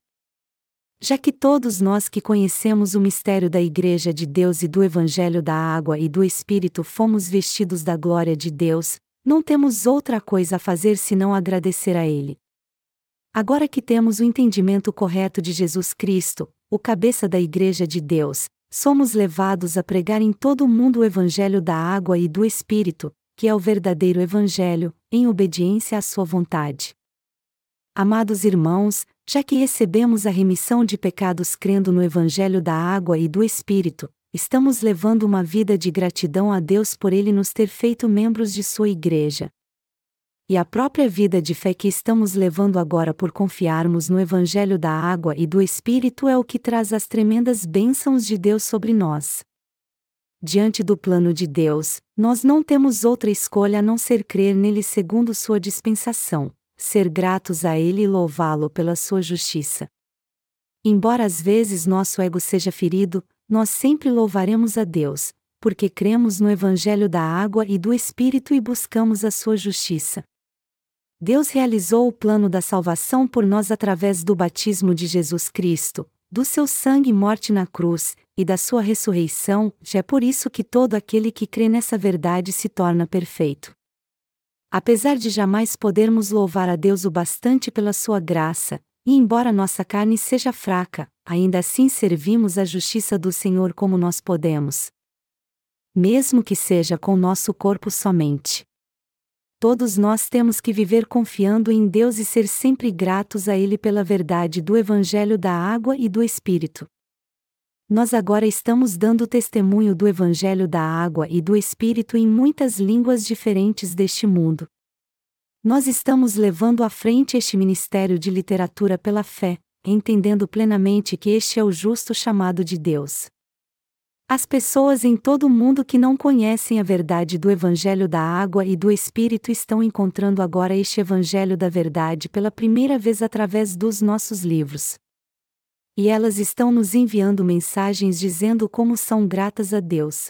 Já que todos nós que conhecemos o mistério da Igreja de Deus e do Evangelho da Água e do Espírito fomos vestidos da glória de Deus, não temos outra coisa a fazer senão agradecer a Ele. Agora que temos o entendimento correto de Jesus Cristo, o cabeça da Igreja de Deus, somos levados a pregar em todo o mundo o Evangelho da Água e do Espírito, que é o verdadeiro Evangelho, em obediência à sua vontade. Amados irmãos, já que recebemos a remissão de pecados crendo no Evangelho da Água e do Espírito, estamos levando uma vida de gratidão a Deus por Ele nos ter feito membros de sua Igreja. E a própria vida de fé que estamos levando agora por confiarmos no Evangelho da Água e do Espírito é o que traz as tremendas bênçãos de Deus sobre nós. Diante do plano de Deus, nós não temos outra escolha a não ser crer nele segundo sua dispensação, ser gratos a Ele e louvá-lo pela sua justiça. Embora às vezes nosso ego seja ferido, nós sempre louvaremos a Deus, porque cremos no Evangelho da Água e do Espírito e buscamos a sua justiça. Deus realizou o plano da salvação por nós através do batismo de Jesus Cristo, do seu sangue e morte na cruz, e da sua ressurreição, já é por isso que todo aquele que crê nessa verdade se torna perfeito. Apesar de jamais podermos louvar a Deus o bastante pela sua graça, e embora nossa carne seja fraca, ainda assim servimos a justiça do Senhor como nós podemos. Mesmo que seja com nosso corpo somente. Todos nós temos que viver confiando em Deus e ser sempre gratos a Ele pela verdade do Evangelho da Água e do Espírito. Nós agora estamos dando testemunho do Evangelho da Água e do Espírito em muitas línguas diferentes deste mundo. Nós estamos levando à frente este ministério de literatura pela fé, entendendo plenamente que este é o justo chamado de Deus. As pessoas em todo o mundo que não conhecem a verdade do Evangelho da Água e do Espírito estão encontrando agora este Evangelho da Verdade pela primeira vez através dos nossos livros. E elas estão nos enviando mensagens dizendo como são gratas a Deus.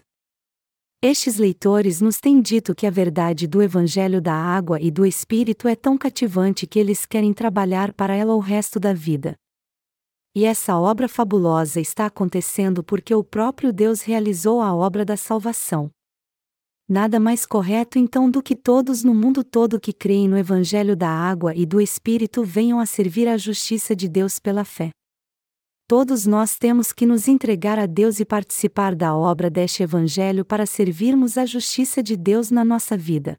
Estes leitores nos têm dito que a verdade do Evangelho da Água e do Espírito é tão cativante que eles querem trabalhar para ela o resto da vida. E essa obra fabulosa está acontecendo porque o próprio Deus realizou a obra da salvação. Nada mais correto então do que todos no mundo todo que creem no Evangelho da Água e do Espírito venham a servir à justiça de Deus pela fé. Todos nós temos que nos entregar a Deus e participar da obra deste Evangelho para servirmos à justiça de Deus na nossa vida.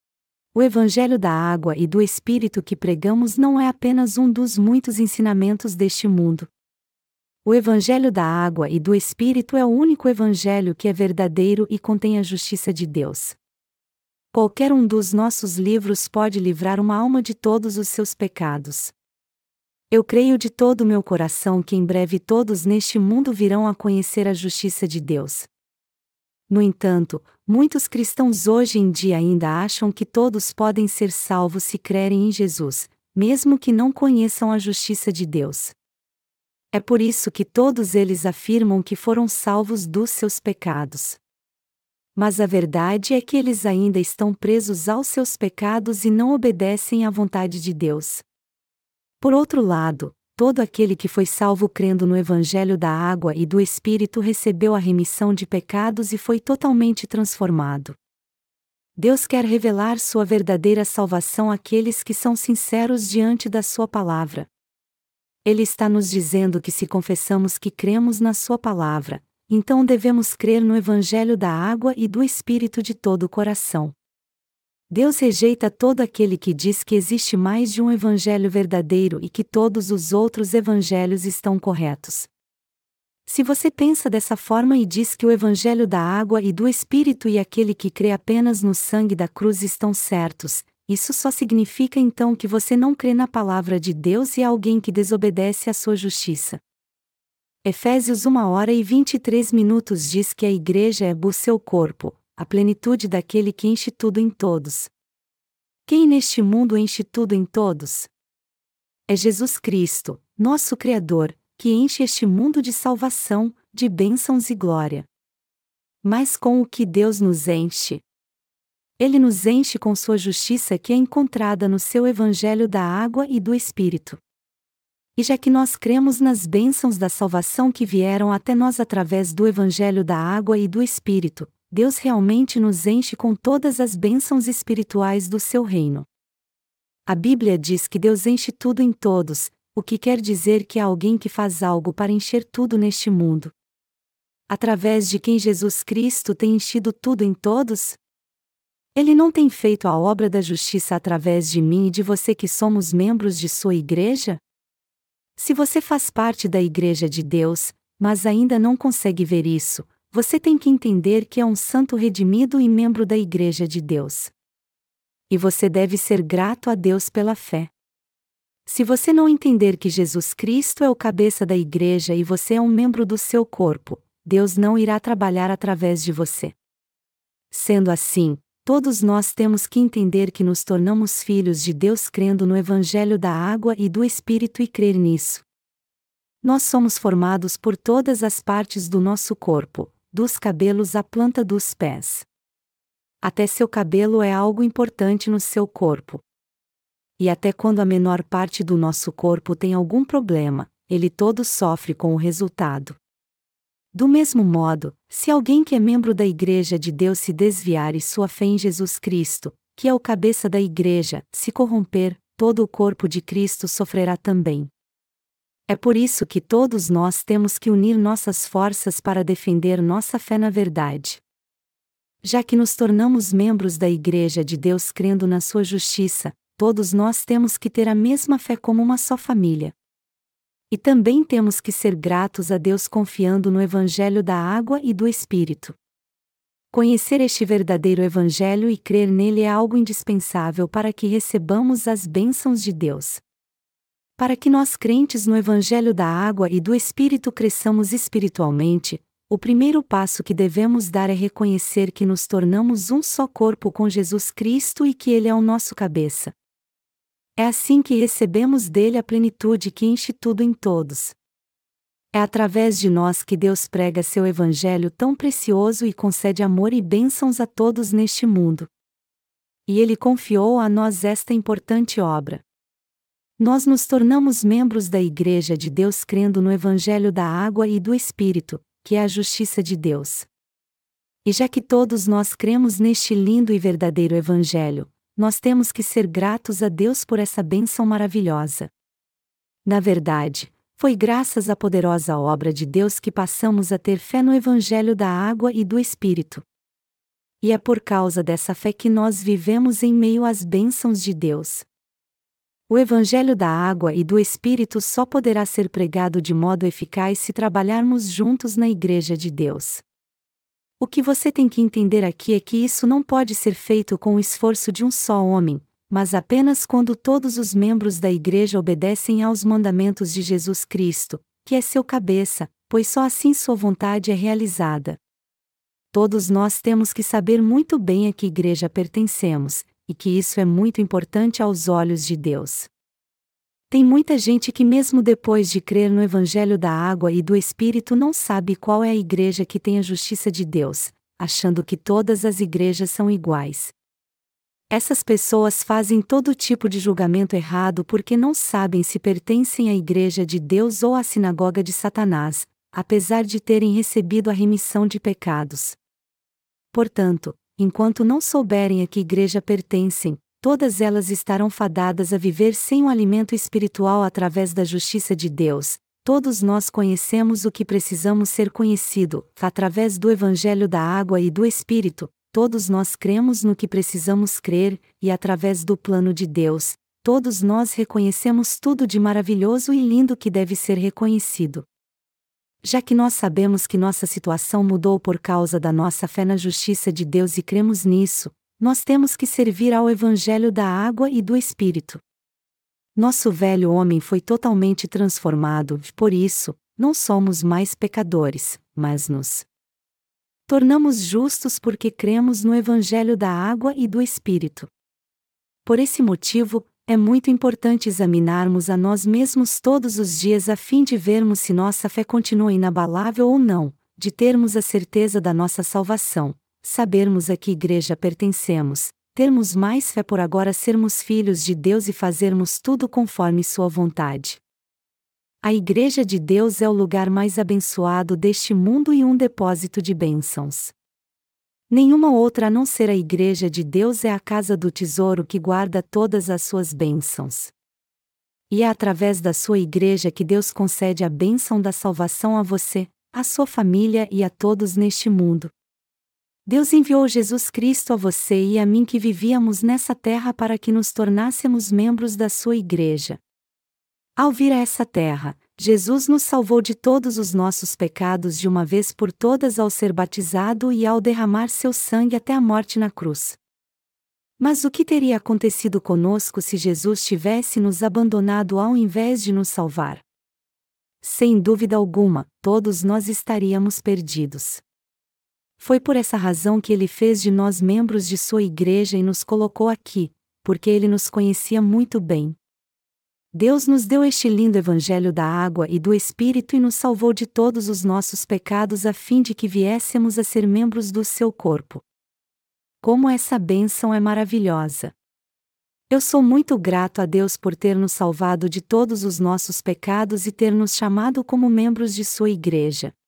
O Evangelho da Água e do Espírito que pregamos não é apenas um dos muitos ensinamentos deste mundo. O Evangelho da Água e do Espírito é o único Evangelho que é verdadeiro e contém a justiça de Deus. Qualquer um dos nossos livros pode livrar uma alma de todos os seus pecados. Eu creio de todo o meu coração que em breve todos neste mundo virão a conhecer a justiça de Deus. No entanto, muitos cristãos hoje em dia ainda acham que todos podem ser salvos se crerem em Jesus, mesmo que não conheçam a justiça de Deus. É por isso que todos eles afirmam que foram salvos dos seus pecados. Mas a verdade é que eles ainda estão presos aos seus pecados e não obedecem à vontade de Deus. Por outro lado, todo aquele que foi salvo crendo no Evangelho da Água e do Espírito recebeu a remissão de pecados e foi totalmente transformado. Deus quer revelar sua verdadeira salvação àqueles que são sinceros diante da sua palavra. Ele está nos dizendo que se confessamos que cremos na sua palavra, então devemos crer no Evangelho da Água e do Espírito de todo o coração. Deus rejeita todo aquele que diz que existe mais de um evangelho verdadeiro e que todos os outros evangelhos estão corretos. Se você pensa dessa forma e diz que o evangelho da água e do Espírito e aquele que crê apenas no sangue da cruz estão certos, isso só significa então que você não crê na palavra de Deus e é alguém que desobedece à sua justiça. Efésios uma hora e vinte e três minutos diz que a igreja é o seu corpo, a plenitude daquele que enche tudo em todos. Quem neste mundo enche tudo em todos? É Jesus Cristo, nosso Criador, que enche este mundo de salvação, de bênçãos e glória. Mas com o que Deus nos enche? Ele nos enche com sua justiça que é encontrada no seu Evangelho da Água e do Espírito. E já que nós cremos nas bênçãos da salvação que vieram até nós através do Evangelho da Água e do Espírito, Deus realmente nos enche com todas as bênçãos espirituais do seu reino. A Bíblia diz que Deus enche tudo em todos, o que quer dizer que há alguém que faz algo para encher tudo neste mundo. Através de quem Jesus Cristo tem enchido tudo em todos? Ele não tem feito a obra da justiça através de mim e de você que somos membros de sua igreja? Se você faz parte da igreja de Deus, mas ainda não consegue ver isso, você tem que entender que é um santo redimido e membro da Igreja de Deus. E você deve ser grato a Deus pela fé. Se você não entender que Jesus Cristo é o cabeça da Igreja e você é um membro do seu corpo, Deus não irá trabalhar através de você. Sendo assim, todos nós temos que entender que nos tornamos filhos de Deus crendo no Evangelho da Água e do Espírito e crer nisso. Nós somos formados por todas as partes do nosso corpo, dos cabelos à planta dos pés. Até seu cabelo é algo importante no seu corpo. E até quando a menor parte do nosso corpo tem algum problema, ele todo sofre com o resultado. Do mesmo modo, se alguém que é membro da Igreja de Deus se desviar e sua fé em Jesus Cristo, que é o cabeça da Igreja, se corromper, todo o corpo de Cristo sofrerá também. É por isso que todos nós temos que unir nossas forças para defender nossa fé na verdade. Já que nos tornamos membros da Igreja de Deus crendo na sua justiça, todos nós temos que ter a mesma fé como uma só família. E também temos que ser gratos a Deus confiando no Evangelho da água e do Espírito. Conhecer este verdadeiro Evangelho e crer nele é algo indispensável para que recebamos as bênçãos de Deus. Para que nós crentes no Evangelho da água e do Espírito cresçamos espiritualmente, o primeiro passo que devemos dar é reconhecer que nos tornamos um só corpo com Jesus Cristo e que Ele é o nosso cabeça. É assim que recebemos dele a plenitude que enche tudo em todos. É através de nós que Deus prega seu Evangelho tão precioso e concede amor e bênçãos a todos neste mundo. E Ele confiou a nós esta importante obra. Nós nos tornamos membros da Igreja de Deus crendo no Evangelho da água e do Espírito, que é a justiça de Deus. E já que todos nós cremos neste lindo e verdadeiro Evangelho, nós temos que ser gratos a Deus por essa bênção maravilhosa. Na verdade, foi graças à poderosa obra de Deus que passamos a ter fé no Evangelho da água e do Espírito. E é por causa dessa fé que nós vivemos em meio às bênçãos de Deus. O Evangelho da água e do Espírito só poderá ser pregado de modo eficaz se trabalharmos juntos na Igreja de Deus. O que você tem que entender aqui é que isso não pode ser feito com o esforço de um só homem, mas apenas quando todos os membros da Igreja obedecem aos mandamentos de Jesus Cristo, que é seu cabeça, pois só assim sua vontade é realizada. Todos nós temos que saber muito bem a que igreja pertencemos, e que isso é muito importante aos olhos de Deus. Tem muita gente que mesmo depois de crer no Evangelho da água e do Espírito não sabe qual é a igreja que tem a justiça de Deus, achando que todas as igrejas são iguais. Essas pessoas fazem todo tipo de julgamento errado porque não sabem se pertencem à igreja de Deus ou à sinagoga de Satanás, apesar de terem recebido a remissão de pecados. Portanto, enquanto não souberem a que igreja pertencem, todas elas estarão fadadas a viver sem o alimento espiritual através da justiça de Deus. Todos nós conhecemos o que precisamos ser conhecido, através do Evangelho da água e do Espírito, todos nós cremos no que precisamos crer, e através do plano de Deus, todos nós reconhecemos tudo de maravilhoso e lindo que deve ser reconhecido. Já que nós sabemos que nossa situação mudou por causa da nossa fé na justiça de Deus e cremos nisso, nós temos que servir ao Evangelho da água e do Espírito. Nosso velho homem foi totalmente transformado, por isso, não somos mais pecadores, mas nos tornamos justos porque cremos no Evangelho da água e do Espírito. Por esse motivo, é muito importante examinarmos a nós mesmos todos os dias a fim de vermos se nossa fé continua inabalável ou não, de termos a certeza da nossa salvação, sabermos a que igreja pertencemos, termos mais fé por agora sermos filhos de Deus e fazermos tudo conforme sua vontade. A Igreja de Deus é o lugar mais abençoado deste mundo e um depósito de bênçãos. Nenhuma outra a não ser a Igreja de Deus é a casa do tesouro que guarda todas as suas bênçãos. E é através da sua igreja que Deus concede a bênção da salvação a você, a sua família e a todos neste mundo. Deus enviou Jesus Cristo a você e a mim que vivíamos nessa terra para que nos tornássemos membros da sua igreja. Ao vir a essa terra, Jesus nos salvou de todos os nossos pecados de uma vez por todas ao ser batizado e ao derramar seu sangue até a morte na cruz. Mas o que teria acontecido conosco se Jesus tivesse nos abandonado ao invés de nos salvar? Sem dúvida alguma, todos nós estaríamos perdidos. Foi por essa razão que ele fez de nós membros de sua igreja e nos colocou aqui, porque ele nos conhecia muito bem. Deus nos deu este lindo Evangelho da água e do Espírito e nos salvou de todos os nossos pecados a fim de que viéssemos a ser membros do seu corpo. Como essa bênção é maravilhosa! Eu sou muito grato a Deus por ter nos salvado de todos os nossos pecados e ter nos chamado como membros de sua igreja.